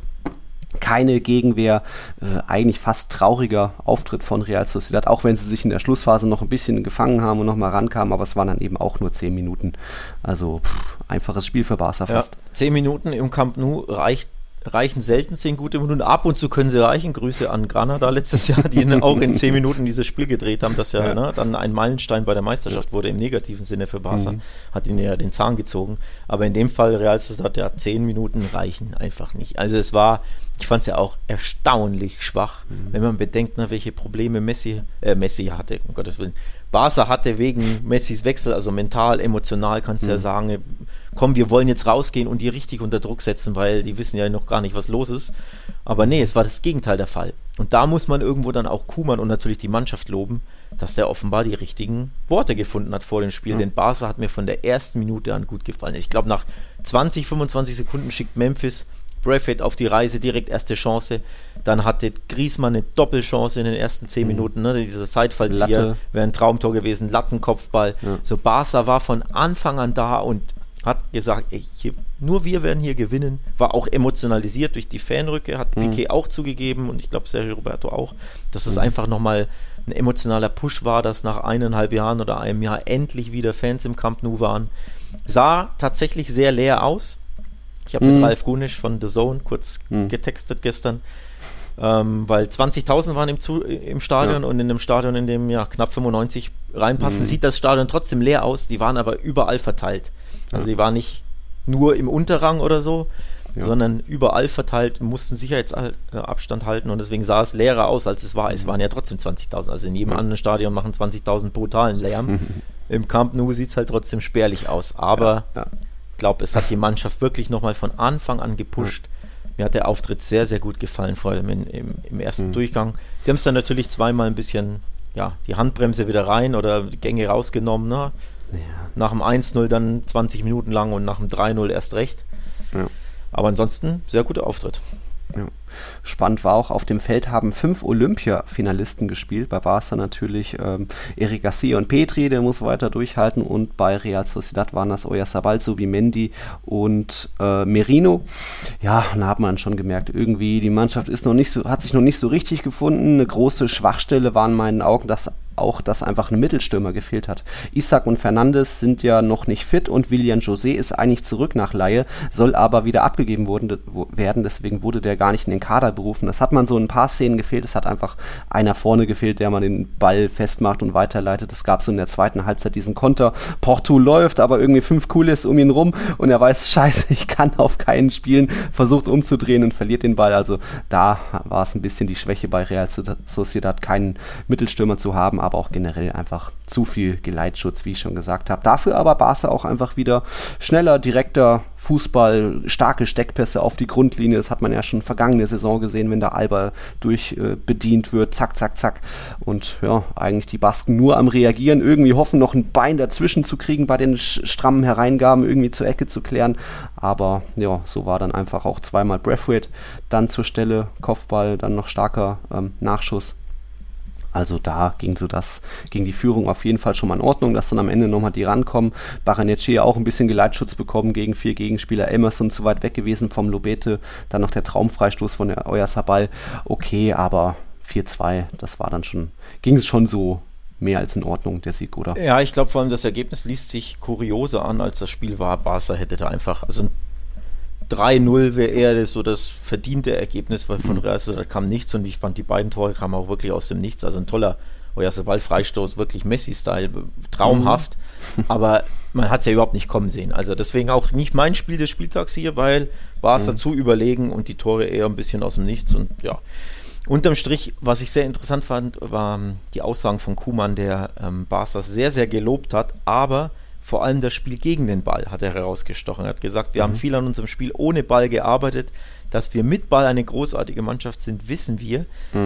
keine Gegenwehr. Eigentlich fast trauriger Auftritt von Real Sociedad, auch wenn sie sich in der Schlussphase noch ein bisschen gefangen haben und nochmal rankamen, aber es waren dann eben auch nur 10 Minuten. Also einfaches Spiel für Barca fast. 10 Minuten im Camp Nou reichen selten 10 gute Minuten. Ab und zu können sie reichen. Grüße an Granada letztes Jahr, die auch in 10 Minuten dieses Spiel gedreht haben, das dann ein Meilenstein bei der Meisterschaft wurde, im negativen Sinne für Barca. Hat ihnen ja den Zahn gezogen. Aber in dem Fall, Real Sociedad, 10 Minuten reichen einfach nicht. Also ich fand es ja auch erstaunlich schwach, wenn man bedenkt, welche Probleme Messi hatte, um Gottes Willen. Barca hatte wegen Messis Wechsel, also mental, emotional, kannst du ja sagen, komm, wir wollen jetzt rausgehen und die richtig unter Druck setzen, weil die wissen ja noch gar nicht, was los ist. Aber nee, es war das Gegenteil der Fall. Und da muss man irgendwo dann auch Koeman und natürlich die Mannschaft loben, dass der offenbar die richtigen Worte gefunden hat vor dem Spiel. Denn Barca hat mir von der ersten Minute an gut gefallen. Ich glaube, nach 20, 25 Sekunden schickt Memphis Braithwaite auf die Reise, direkt erste Chance. Dann hatte Griezmann eine Doppelchance in den ersten 10 Minuten. Ne? Dieser Seitfallzieher wäre ein Traumtor gewesen, Lattenkopfball. Ja. So, Barca war von Anfang an da und hat gesagt, nur wir werden hier gewinnen. War auch emotionalisiert durch die Fanrücke, hat Piqué auch zugegeben und ich glaube Sergio Roberto auch, dass es einfach nochmal ein emotionaler Push war, dass nach 1,5 Jahren oder einem Jahr endlich wieder Fans im Camp Nou waren. Sah tatsächlich sehr leer aus. Ich habe mit Ralf Gunisch von The Zone kurz getextet gestern, weil 20.000 waren im Stadion und in einem Stadion, in dem knapp 95 reinpassen, sieht das Stadion trotzdem leer aus. Die waren aber überall verteilt. Also die waren nicht nur im Unterrang oder so, sondern überall verteilt, mussten Sicherheitsabstand halten und deswegen sah es leerer aus, als es war. Es waren ja trotzdem 20.000. Also in jedem anderen Stadion machen 20.000 brutalen Lärm. Im Camp Nou sieht es halt trotzdem spärlich aus. Aber ich glaube, es hat die Mannschaft wirklich nochmal von Anfang an gepusht. Mir hat der Auftritt sehr, sehr gut gefallen, vor allem im ersten Durchgang. Sie haben es dann natürlich zweimal ein bisschen, die Handbremse wieder rein oder die Gänge rausgenommen. Ne? Ja. Nach dem 1-0 dann 20 Minuten lang und nach dem 3-0 erst recht. Ja. Aber ansonsten sehr guter Auftritt. Ja. Spannend war auch, auf dem Feld haben 5 Olympia-Finalisten gespielt. Bei Barca natürlich Eric Garcia und Petri, der muss weiter durchhalten. Und bei Real Sociedad waren das Oyarzabal, Zubimendi und Merino. Ja, da hat man schon gemerkt, irgendwie die Mannschaft hat sich noch nicht so richtig gefunden. Eine große Schwachstelle war in meinen Augen, dass einfach ein Mittelstürmer gefehlt hat. Isaac und Fernandes sind ja noch nicht fit und Willian José ist eigentlich zurück nach Leihe, soll aber wieder abgegeben werden, deswegen wurde der gar nicht in den Kader berufen. Das hat man so in ein paar Szenen gefehlt, es hat einfach einer vorne gefehlt, der mal den Ball festmacht und weiterleitet. Es gab so in der zweiten Halbzeit diesen Konter, Porto läuft, aber irgendwie 5 Cooles um ihn rum und er weiß, scheiße, ich kann auf keinen spielen, versucht umzudrehen und verliert den Ball. Also da war es ein bisschen die Schwäche bei Real Sociedad, keinen Mittelstürmer zu haben, aber auch generell einfach zu viel Geleitschutz, wie ich schon gesagt habe. Dafür aber Barca auch einfach wieder schneller, direkter Fußball, starke Steckpässe auf die Grundlinie. Das hat man ja schon vergangene Saison gesehen, wenn der Alba bedient wird. Zack, zack, zack. Und eigentlich die Basken nur am Reagieren, irgendwie hoffen, noch ein Bein dazwischen zu kriegen, bei den strammen Hereingaben irgendwie zur Ecke zu klären. Aber so war dann einfach auch zweimal Braithwaite dann zur Stelle, Kopfball, dann noch starker Nachschuss. Also da ging die Führung auf jeden Fall schon mal in Ordnung, dass dann am Ende nochmal die rankommen. Barrenetxea auch ein bisschen Geleitschutz bekommen gegen 4 Gegenspieler. Emerson zu weit weg gewesen vom Lobete. Dann noch der Traumfreistoß von der Oyarzabal. Okay, aber 4-2, das war dann schon, ging es schon so mehr als in Ordnung, der Sieg, oder? Ja, ich glaube vor allem, das Ergebnis liest sich kurioser an, als das Spiel war. Barca hätte da einfach, also 3-0 wäre eher so das verdiente Ergebnis, weil von Real da kam nichts und ich fand, die beiden Tore kamen auch wirklich aus dem Nichts. Also ein toller Oyarzabal-Freistoß, wirklich Messi-Style, traumhaft, aber man hat es ja überhaupt nicht kommen sehen. Also deswegen auch nicht mein Spiel des Spieltags hier, weil Barca zu überlegen und die Tore eher ein bisschen aus dem Nichts und unterm Strich, was ich sehr interessant fand, war die Aussagen von Koeman, der Barca sehr, sehr gelobt hat, aber vor allem das Spiel gegen den Ball hat er herausgestochen. Er hat gesagt, wir haben viel an unserem Spiel ohne Ball gearbeitet. Dass wir mit Ball eine großartige Mannschaft sind, wissen wir.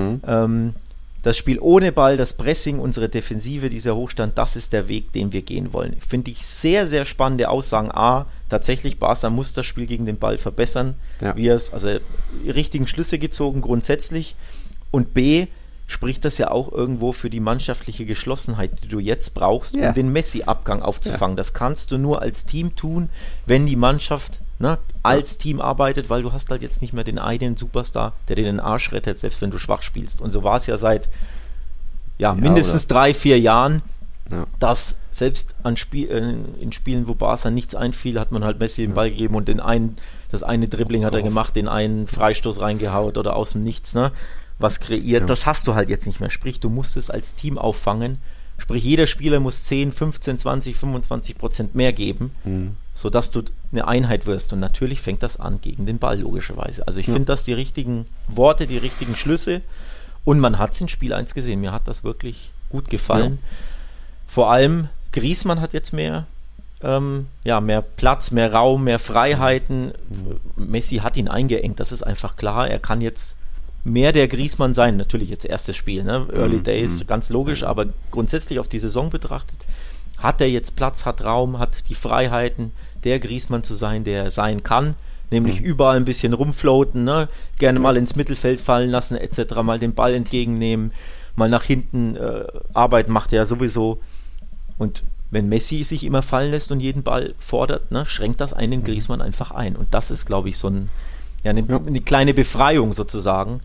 Das Spiel ohne Ball, das Pressing, unsere Defensive, dieser Hochstand, das ist der Weg, den wir gehen wollen. Finde ich sehr, sehr spannende Aussagen. A, tatsächlich, Barca muss das Spiel gegen den Ball verbessern. Also richtigen Schlüsse gezogen grundsätzlich. Und B, spricht das ja auch irgendwo für die mannschaftliche Geschlossenheit, die du jetzt brauchst, um den Messi-Abgang aufzufangen. Das kannst du nur als Team tun, wenn die Mannschaft als Team arbeitet, weil du hast halt jetzt nicht mehr den einen Superstar, der dir den Arsch rettet, selbst wenn du schwach spielst. Und so war es ja seit mindestens 3-4 Jahren, dass selbst in Spielen, wo Barca nichts einfiel, hat man halt Messi den Ball gegeben und das eine Dribbling hat er gemacht, den einen Freistoß reingehaut oder aus dem Nichts, was kreiert, das hast du halt jetzt nicht mehr. Sprich, du musst es als Team auffangen. Sprich, jeder Spieler muss 10, 15, 20, 25% mehr geben, sodass du eine Einheit wirst. Und natürlich fängt das an gegen den Ball, logischerweise. Also ich finde das die richtigen Worte, die richtigen Schlüsse. Und man hat es in Spiel 1 gesehen. Mir hat das wirklich gut gefallen. Vor allem Griezmann hat jetzt mehr mehr Platz, mehr Raum, mehr Freiheiten. Messi hat ihn eingeengt, das ist einfach klar. Er kann jetzt mehr der Griezmann sein. Natürlich jetzt erstes Spiel, ne? Early Days, ganz logisch, aber grundsätzlich auf die Saison betrachtet, hat er jetzt Platz, hat Raum, hat die Freiheiten, der Griezmann zu sein, der er sein kann. Nämlich überall ein bisschen rumfloaten, ne? Gerne mal ins Mittelfeld fallen lassen, etc., mal den Ball entgegennehmen, mal nach hinten Arbeit macht er sowieso. Und wenn Messi sich immer fallen lässt und jeden Ball fordert, ne, schränkt das einen Griezmann einfach ein. Und das ist, glaube ich, so eine kleine Befreiung sozusagen,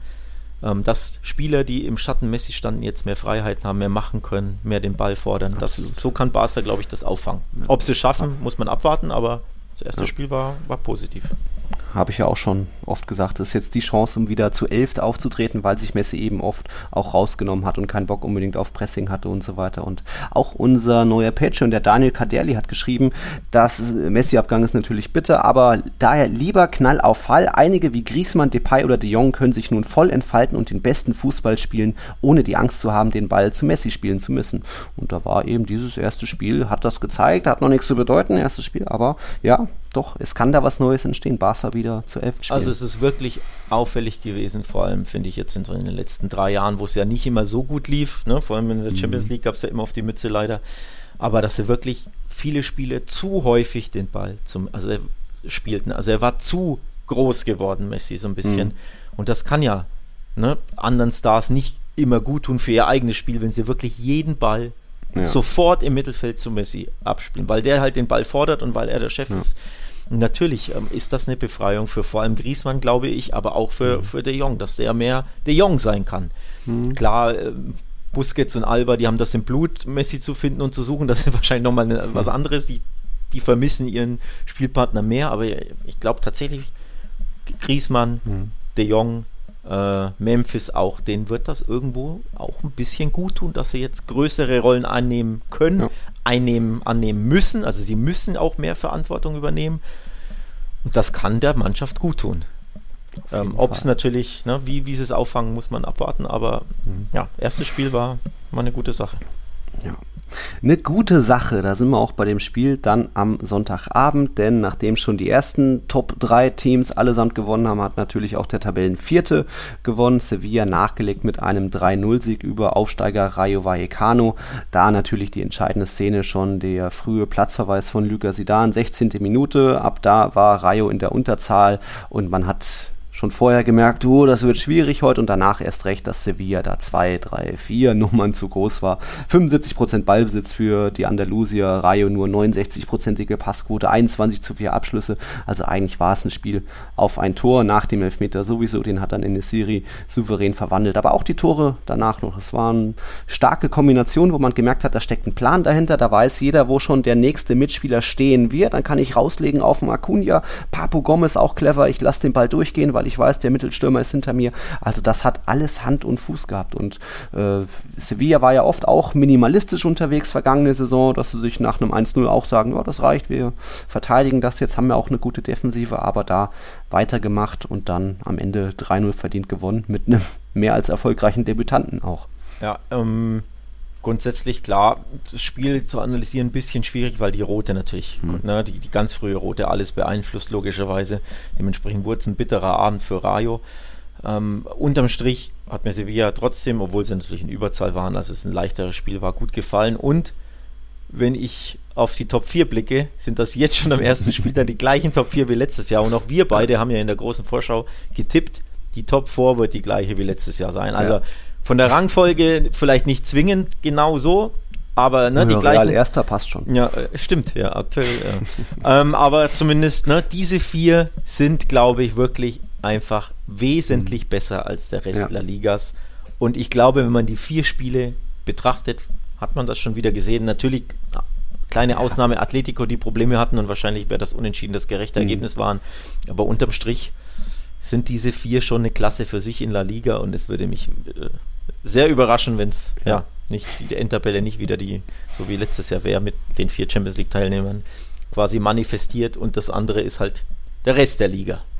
dass Spieler, die im Schatten Messi standen, jetzt mehr Freiheiten haben, mehr machen können, mehr den Ball fordern. So kann Barca, glaube ich, das auffangen. Ja. Ob sie es schaffen, muss man abwarten, aber das erste Spiel war positiv. Habe ich ja auch schon oft gesagt, das ist jetzt die Chance, um wieder zu 11 aufzutreten, weil sich Messi eben oft auch rausgenommen hat und keinen Bock unbedingt auf Pressing hatte und so weiter. Und auch unser neuer Patreon, der Daniel Kaderli, hat geschrieben, dass Messi-Abgang ist natürlich bitter, aber daher lieber Knall auf Fall. Einige wie Griezmann, Depay oder de Jong können sich nun voll entfalten und den besten Fußball spielen, ohne die Angst zu haben, den Ball zu Messi spielen zu müssen. Und da war eben dieses erste Spiel, hat das gezeigt, hat noch nichts zu bedeuten, erstes Spiel, aber ja, doch, es kann da was Neues entstehen. Barca wieder zu 11 spielen. Also es ist wirklich auffällig gewesen, vor allem finde ich jetzt in den letzten 3 Jahren, wo es ja nicht immer so gut lief, ne? Vor allem in der Champions League gab es ja immer auf die Mütze leider, aber dass er wirklich viele Spiele zu häufig den Ball spielten. Also er war zu groß geworden, Messi, so ein bisschen. Und das kann ja, ne, anderen Stars nicht immer gut tun für ihr eigenes Spiel, wenn sie wirklich jeden Ball sofort im Mittelfeld zu Messi abspielen, weil der halt den Ball fordert und weil er der Chef ist. Und natürlich ist das eine Befreiung für vor allem Griezmann, glaube ich, aber auch für de Jong, dass der mehr de Jong sein kann. Klar, Busquets und Alba, die haben das im Blut, Messi zu finden und zu suchen, das ist wahrscheinlich nochmal was anderes, die vermissen ihren Spielpartner mehr, aber ich glaube tatsächlich, Griezmann, de Jong, Memphis auch, denen wird das irgendwo auch ein bisschen gut tun, dass sie jetzt größere Rollen annehmen können, annehmen müssen, also sie müssen auch mehr Verantwortung übernehmen und das kann der Mannschaft gut tun. Ob es natürlich, ne, wie sie es auffangen, muss man abwarten, aber erstes Spiel war mal eine gute Sache. Ja. Eine gute Sache, da sind wir auch bei dem Spiel dann am Sonntagabend, denn nachdem schon die ersten Top-3-Teams allesamt gewonnen haben, hat natürlich auch der Tabellenvierte gewonnen. Sevilla nachgelegt mit einem 3-0-Sieg über Aufsteiger Rayo Vallecano. Da natürlich die entscheidende Szene schon der frühe Platzverweis von Lucas Zidane, 16. Minute. Ab da war Rayo in der Unterzahl und man hat schon vorher gemerkt, das wird schwierig heute und danach erst recht, dass Sevilla da 2, 3, 4 Nummern zu groß war. 75% Ballbesitz für die Andalusier, Rayo nur 69%ige Passquote, 21:4 Abschlüsse. Also eigentlich war es ein Spiel auf ein Tor, nach dem Elfmeter sowieso, den hat dann En-Nesyri souverän verwandelt. Aber auch die Tore danach noch, es waren starke Kombinationen, wo man gemerkt hat, da steckt ein Plan dahinter, da weiß jeder, wo schon der nächste Mitspieler stehen wird. Dann kann ich rauslegen auf den Acuna, Papu Gomez auch clever, ich lasse den Ball durchgehen, weil ich weiß, der Mittelstürmer ist hinter mir. Also das hat alles Hand und Fuß gehabt. Und Sevilla war ja oft auch minimalistisch unterwegs vergangene Saison, dass sie sich nach einem 1-0 auch sagen, das reicht, wir verteidigen das, jetzt haben wir auch eine gute Defensive, aber da weitergemacht und dann am Ende 3-0 verdient gewonnen mit einem mehr als erfolgreichen Debütanten auch. Ja, grundsätzlich klar, das Spiel zu analysieren ein bisschen schwierig, weil die Rote natürlich, die ganz frühe Rote alles beeinflusst, logischerweise. Dementsprechend wurde es ein bitterer Abend für Rayo. Unterm Strich hat mir Sevilla trotzdem, obwohl sie natürlich in Überzahl waren, als es ein leichteres Spiel war, gut gefallen. Und wenn ich auf die Top 4 blicke, sind das jetzt schon am ersten Spiel dann die gleichen Top 4 wie letztes Jahr. Und auch wir beide haben ja in der großen Vorschau getippt, die Top 4 wird die gleiche wie letztes Jahr sein. Also von der Rangfolge vielleicht nicht zwingend genau so, aber die gleichen. Real Erster passt schon. Ja, stimmt, ja, aktuell. Ja. Aber zumindest, diese 4 sind, glaube ich, wirklich einfach wesentlich besser als der Rest der Ligas. Und ich glaube, wenn man die 4 Spiele betrachtet, hat man das schon wieder gesehen. Natürlich kleine Ausnahme Atletico, die Probleme hatten und wahrscheinlich wäre das unentschieden das gerechte Ergebnis waren. Aber unterm Strich sind diese 4 schon eine Klasse für sich in La Liga und es würde mich sehr überraschen, wenn es nicht die Endtabelle nicht wieder so wie letztes Jahr wäre, mit den 4 Champions League Teilnehmern quasi manifestiert und das andere ist halt der Rest der Liga.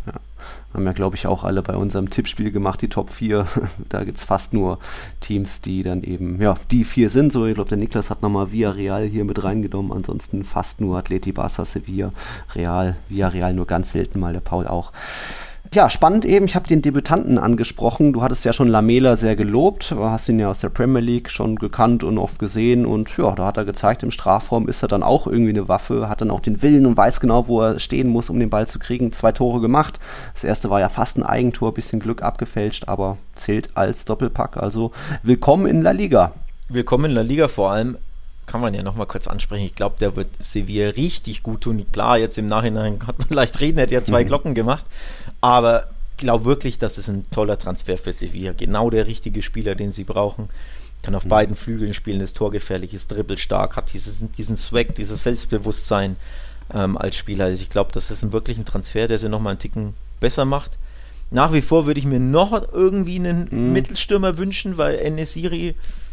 Haben ja, glaube ich, auch alle bei unserem Tippspiel gemacht, die Top 4. Da gibt es fast nur Teams, die dann eben, die 4 sind. So, ich glaube, der Niklas hat nochmal Villarreal hier mit reingenommen. Ansonsten fast nur Atleti, Barça, Sevilla, Real, Villarreal nur ganz selten mal, der Paul auch. Ja, spannend eben, ich habe den Debütanten angesprochen. Du hattest ja schon Lamela sehr gelobt, hast ihn ja aus der Premier League schon gekannt und oft gesehen und ja, da hat er gezeigt, im Strafraum ist er dann auch irgendwie eine Waffe, hat dann auch den Willen und weiß genau, wo er stehen muss, um den Ball zu kriegen. 2 Tore gemacht. Das erste war ja fast ein Eigentor, bisschen Glück abgefälscht, aber zählt als Doppelpack. Also willkommen in La Liga. Willkommen in La Liga, vor allem kann man ja nochmal kurz ansprechen. Ich glaube, der wird Sevilla richtig gut tun. Klar, jetzt im Nachhinein hat man leicht reden, hätte ja 2 Glocken gemacht. Aber ich glaube wirklich, dass es ein toller Transfer für Sevilla. Genau der richtige Spieler, den sie brauchen. Kann auf beiden Flügeln spielen, ist torgefährlich, ist dribbelstark, hat diesen Swag, dieses Selbstbewusstsein als Spieler. Also ich glaube, das ist wirklich ein Transfer, der sie nochmal einen Ticken besser macht. Nach wie vor würde ich mir noch irgendwie einen Mittelstürmer wünschen, weil En-Nesyri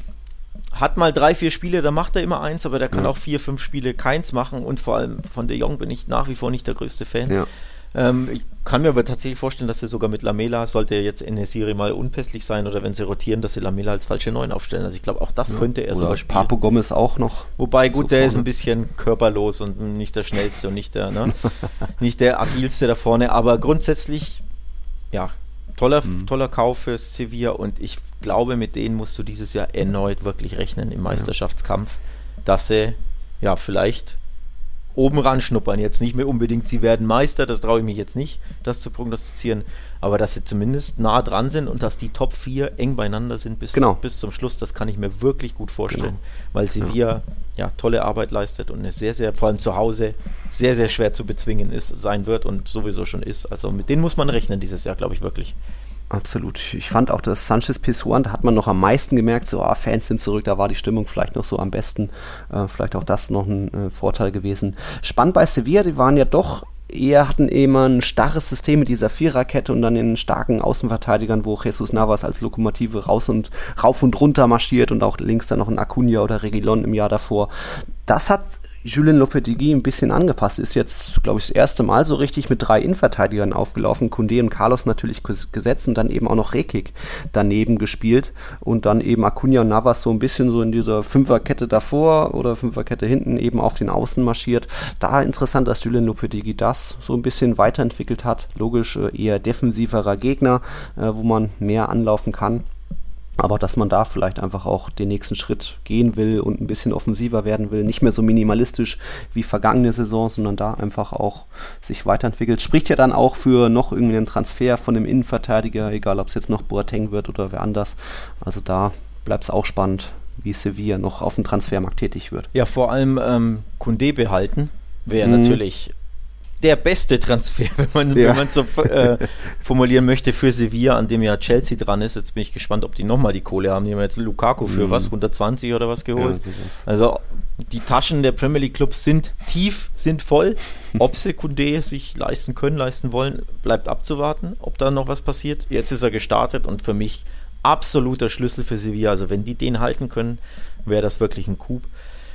hat mal 3-4 Spiele, da macht er immer eins, aber der kann auch 4-5 Spiele keins machen und vor allem von De Jong bin ich nach wie vor nicht der größte Fan. Ja. Ich kann mir aber tatsächlich vorstellen, dass sie sogar mit Lamela, sollte jetzt En-Nesyri mal unpässlich sein oder wenn sie rotieren, dass sie Lamela als falsche 9 aufstellen. Also ich glaube, auch das könnte er sogar spielen. Papu Gomez auch noch. Wobei, gut, so der ist ein bisschen körperlos und nicht der schnellste und nicht der, nicht der agilste da vorne, aber grundsätzlich, ja, toller Kauf für Sevilla und ich glaube, mit denen musst du dieses Jahr erneut wirklich rechnen im Meisterschaftskampf, dass sie vielleicht oben ran schnuppern. Jetzt nicht mehr unbedingt, sie werden Meister, das traue ich mich jetzt nicht, das zu prognostizieren, aber dass sie zumindest nah dran sind und dass die Top 4 eng beieinander sind bis zum Schluss, das kann ich mir wirklich gut vorstellen, weil Sevilla tolle Arbeit leistet und eine sehr, sehr, vor allem zu Hause, sehr, sehr schwer zu bezwingen sein wird und sowieso schon ist. Also mit denen muss man rechnen dieses Jahr, glaube ich wirklich. Absolut. Ich fand auch das Sanchez-Pizjuan, da hat man noch am meisten gemerkt, so Fans sind zurück, da war die Stimmung vielleicht noch so am besten. Vielleicht auch das noch ein Vorteil gewesen. Spannend bei Sevilla, die waren ja doch hatten immer ein starres System mit dieser Viererkette und dann den starken Außenverteidigern, wo Jesus Navas als Lokomotive rauf und runter marschiert und auch links dann noch ein Acuna oder Reguilón im Jahr davor. Das hat Julien Lopetegui ein bisschen angepasst, ist jetzt, glaube ich, das erste Mal so richtig mit 3 Innenverteidigern aufgelaufen, Koundé und Carlos natürlich gesetzt und dann eben auch noch Rekik daneben gespielt und dann eben Acuna und Navas so ein bisschen so in dieser Fünferkette davor oder Fünferkette hinten eben auf den Außen marschiert. Da interessant, dass Julien Lopetegui das so ein bisschen weiterentwickelt hat, logisch eher defensiverer Gegner, wo man mehr anlaufen kann. Aber dass man da vielleicht einfach auch den nächsten Schritt gehen will und ein bisschen offensiver werden will, nicht mehr so minimalistisch wie vergangene Saison, sondern da einfach auch sich weiterentwickelt. Spricht ja dann auch für noch irgendwie einen Transfer von dem Innenverteidiger, egal ob es jetzt noch Boateng wird oder wer anders. Also da bleibt es auch spannend, wie Sevilla noch auf dem Transfermarkt tätig wird. Ja, vor allem Koundé behalten wäre natürlich der beste Transfer, wenn man so formulieren möchte, für Sevilla, an dem ja Chelsea dran ist. Jetzt bin ich gespannt, ob die nochmal die Kohle haben. Die haben jetzt Lukaku für 120 oder was geholt. Ja, also die Taschen der Premier League Clubs sind tief, sind voll. Ob sie Koundé sich leisten wollen, bleibt abzuwarten, ob da noch was passiert. Jetzt ist er gestartet und für mich absoluter Schlüssel für Sevilla. Also wenn die den halten können, wäre das wirklich ein Coup.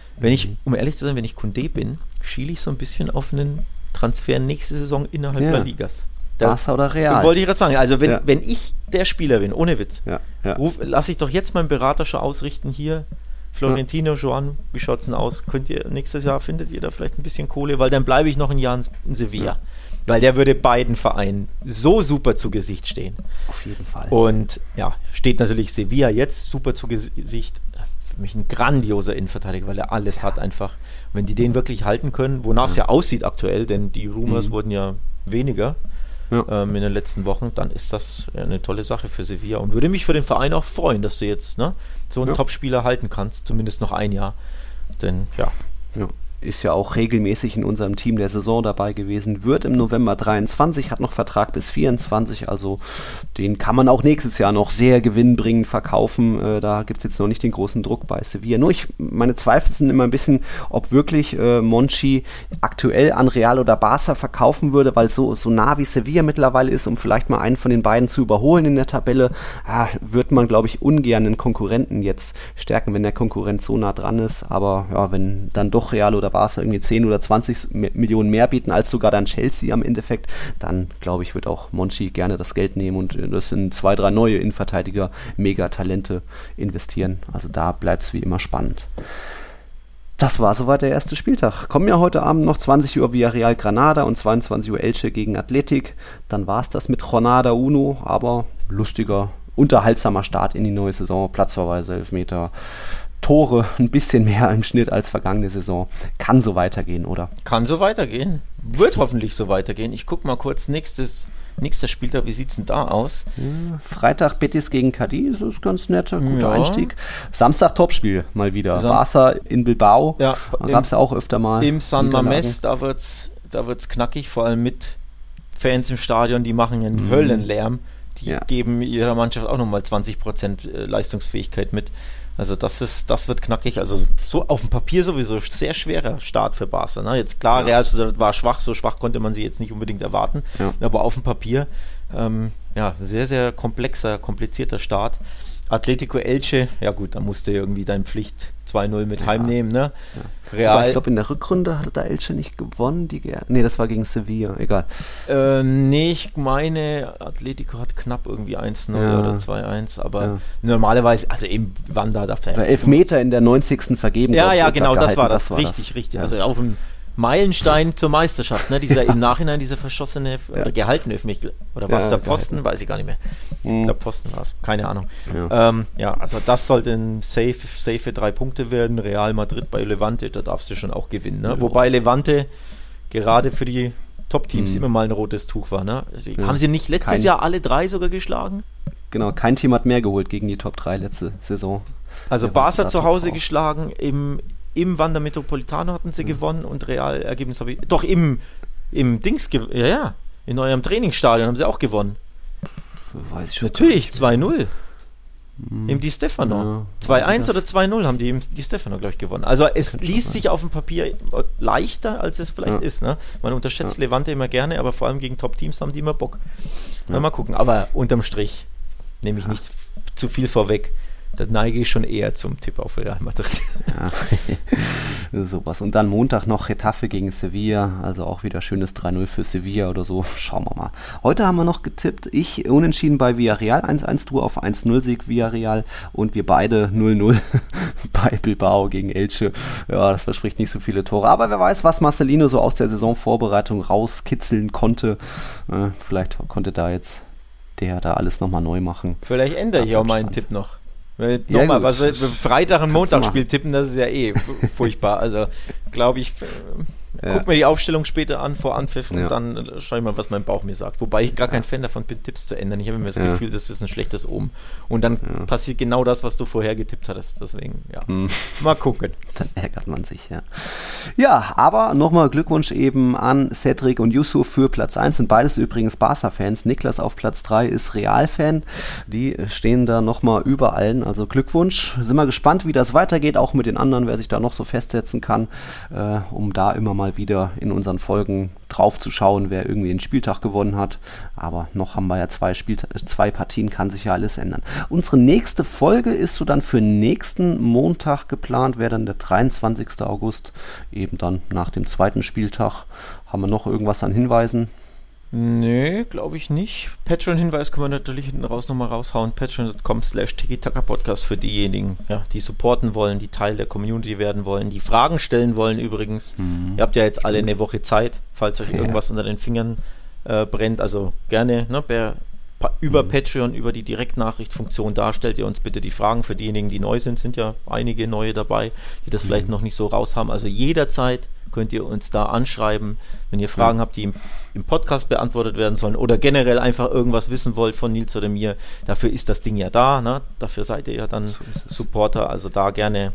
Um ehrlich zu sein, wenn ich Koundé bin, schiele ich so ein bisschen auf einen Transfer nächste Saison innerhalb der Ligas. Barça oder Real. Wollte ich gerade sagen. Also wenn ich der Spieler bin, ohne Witz, lasse ich doch jetzt meinen Berater schon ausrichten hier. Florentino, Joan, wie schaut's denn aus? Nächstes Jahr findet ihr da vielleicht ein bisschen Kohle, weil dann bleibe ich noch ein Jahr in Sevilla. Ja. Weil der würde beiden Vereinen so super zu Gesicht stehen. Auf jeden Fall. Und steht natürlich Sevilla jetzt super zu Gesicht. Für mich ein grandioser Innenverteidiger, weil er alles hat einfach. Wenn die den wirklich halten können, wonach es ja aussieht aktuell, denn die Rumors wurden ja weniger in den letzten Wochen, dann ist das eine tolle Sache für Sevilla und würde mich für den Verein auch freuen, dass du jetzt so einen Topspieler halten kannst, zumindest noch ein Jahr. Denn ist ja auch regelmäßig in unserem Team der Saison dabei gewesen, wird im November 23, hat noch Vertrag bis 24, also den kann man auch nächstes Jahr noch sehr gewinnbringend verkaufen, da gibt es jetzt noch nicht den großen Druck bei Sevilla. Nur meine Zweifel sind immer ein bisschen, ob wirklich Monchi aktuell an Real oder Barça verkaufen würde, weil so nah wie Sevilla mittlerweile ist, um vielleicht mal einen von den beiden zu überholen in der Tabelle, wird man, glaube ich, ungern einen Konkurrenten jetzt stärken, wenn der Konkurrent so nah dran ist, aber wenn dann doch Real oder Barca irgendwie 10 oder 20 Millionen mehr bieten, als sogar dann Chelsea am Endeffekt, dann glaube ich, wird auch Monchi gerne das Geld nehmen und das in 2, 3 neue Innenverteidiger, Megatalente investieren. Also da bleibt es wie immer spannend. Das war soweit der erste Spieltag. Kommen ja heute Abend noch 20 Uhr Villarreal Granada und 22 Uhr Elche gegen Athletic. Dann war es das mit Jornada Uno, aber lustiger, unterhaltsamer Start in die neue Saison. Platzverweise, Elfmeter, Tore, ein bisschen mehr im Schnitt als vergangene Saison. Kann so weitergehen, oder? Kann so weitergehen. Wird hoffentlich so weitergehen. Ich gucke mal kurz nächster Spieltag, wie sieht es denn da aus? Ja, Freitag Betis gegen Cadiz, das ist ganz netter, guter Einstieg. Samstag Topspiel mal wieder. Barca in Bilbao, ja, gab es ja auch öfter mal. Im San Mamés, da wird's knackig, vor allem mit Fans im Stadion, die machen einen Höllenlärm. Die geben ihrer Mannschaft auch nochmal 20% Leistungsfähigkeit mit. Also das wird knackig. Also so auf dem Papier sowieso sehr schwerer Start für Barca. Ne? Jetzt klar, Real war schwach, so schwach konnte man sie jetzt nicht unbedingt erwarten. Ja. Aber auf dem Papier sehr, sehr komplizierter Start. Atletico Elche, ja gut, da musst du irgendwie deine Pflicht 2-0 mit heimnehmen. Ne? Ja. Real. Aber ich glaube, in der Rückrunde hat da Elche nicht gewonnen. Das war gegen Sevilla, egal. Ich meine, Atletico hat knapp irgendwie 1-0 oder 2-1, aber normalerweise, also eben wann da darf der Elfmeter in der 90. vergeben. Ja, genau, das war das. Richtig. Ja. Also auf dem Meilenstein zur Meisterschaft, ne? Dieser im Nachhinein, dieser verschossene oder gehaltene Elfmeter, oder was der Pfosten, gehalten. Weiß ich gar nicht mehr. Ich glaube Pfosten war es, keine Ahnung. Ja. Also das sollte ein safe 3 Punkte werden. Real Madrid bei Levante, da darfst du schon auch gewinnen. Ne? Ja. Wobei Levante gerade für die Top-Teams immer mal ein rotes Tuch war. Ne? Also haben sie nicht letztes Jahr alle 3 sogar geschlagen? Genau, kein Team hat mehr geholt gegen die Top 3 letzte Saison. Also Barca zu Hause geschlagen, im Wanda Metropolitano hatten sie gewonnen und Real-Ergebnis habe ich. Doch, im Dings, in eurem Trainingsstadion haben sie auch gewonnen. Weiß ich schon. Natürlich, 2-0. Im Di Stefano. 2-1 oder 2-0 haben die im Di Stefano, glaube ich, gewonnen. Also es liest sich auf dem Papier leichter, als es vielleicht ist. Ne? Man unterschätzt Levante immer gerne, aber vor allem gegen Top-Teams haben die immer Bock. Mal gucken. Aber unterm Strich nehme ich nicht zu viel vorweg. Da neige ich schon eher zum Tipp auf Real Madrid. Ja, sowas. Und dann Montag noch Getafe gegen Sevilla, also auch wieder schönes 3-0 für Sevilla oder so. Schauen wir mal. Heute haben wir noch getippt, ich unentschieden bei Villarreal, 1-1, du auf 1-0-Sieg Villarreal und wir beide 0-0 bei Bilbao gegen Elche. Ja, das verspricht nicht so viele Tore, aber wer weiß, was Marcelino so aus der Saisonvorbereitung rauskitzeln konnte. Vielleicht konnte da jetzt der da alles nochmal neu machen. Vielleicht ändere ich auch meinen Tipp noch. Nochmal, was wir Freitag und Montagsspiel tippen, das ist ja furchtbar. Also, glaube ich, guck mir die Aufstellung später an, vor Anpfiff und dann schau ich mal, was mein Bauch mir sagt. Wobei ich gar kein Fan davon bin, Tipps zu ändern. Ich habe immer das Gefühl, das ist ein schlechtes Omen. Und dann passiert genau das, was du vorher getippt hattest. Deswegen, mal gucken. Dann ärgert man sich, Ja, aber nochmal Glückwunsch eben an Cedric und Yusuf für Platz 1. Sind beides übrigens Barca-Fans. Niklas auf Platz 3 ist Real-Fan. Die stehen da nochmal über allen. Also Glückwunsch. Sind wir gespannt, wie das weitergeht, auch mit den anderen, wer sich da noch so festsetzen kann, um da immer mal wieder in unseren Folgen drauf zu schauen, wer irgendwie den Spieltag gewonnen hat. Aber noch haben wir ja 2 Partien, kann sich ja alles ändern. Unsere nächste Folge ist so dann für nächsten Montag geplant, wäre dann der 23. August, eben dann nach dem 2. Spieltag. Haben wir noch irgendwas an Hinweisen? Nee, glaube ich nicht. Patreon-Hinweis können wir natürlich hinten raus nochmal raushauen. Patreon.com/Tiki-Taka-Podcast für diejenigen, die supporten wollen, die Teil der Community werden wollen, die Fragen stellen wollen übrigens. Ihr habt ja jetzt alle eine Woche Zeit, falls euch irgendwas unter den Fingern brennt. Also gerne, über Patreon, über die Direktnachrichtfunktion, da stellt ihr uns bitte die Fragen. Für diejenigen, die neu sind ja einige neue dabei, die das vielleicht noch nicht so raus haben. Also jederzeit könnt ihr uns da anschreiben, wenn ihr Fragen habt, die im Podcast beantwortet werden sollen oder generell einfach irgendwas wissen wollt von Nils oder mir. Dafür ist das Ding ja da, ne? Dafür seid ihr ja dann Supporter, also da gerne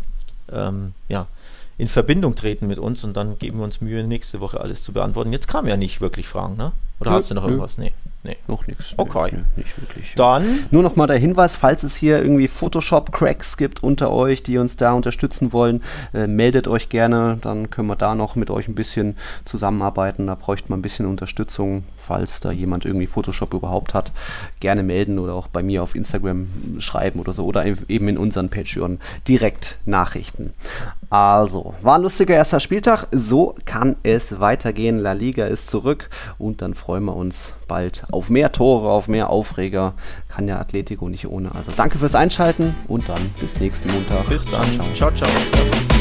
in Verbindung treten mit uns und dann geben wir uns Mühe, nächste Woche alles zu beantworten. Jetzt kamen ja nicht wirklich Fragen, ne? Oder hast du noch irgendwas? Nee. Noch nichts. Okay. Nicht wirklich. Dann nur noch mal der Hinweis, falls es hier irgendwie Photoshop-Cracks gibt unter euch, die uns da unterstützen wollen, meldet euch gerne, dann können wir da noch mit euch ein bisschen zusammenarbeiten. Da bräuchte man ein bisschen Unterstützung, falls da jemand irgendwie Photoshop überhaupt hat. Gerne melden oder auch bei mir auf Instagram schreiben oder so oder eben in unseren Patreon direkt Nachrichten. Also, war ein lustiger erster Spieltag. So kann es weitergehen. La Liga ist zurück und dann freuen wir uns bald auf mehr Tore, auf mehr Aufreger. Kann ja Atletico nicht ohne. Also danke fürs Einschalten und dann bis nächsten Montag. Bis dann. Ciao, ciao.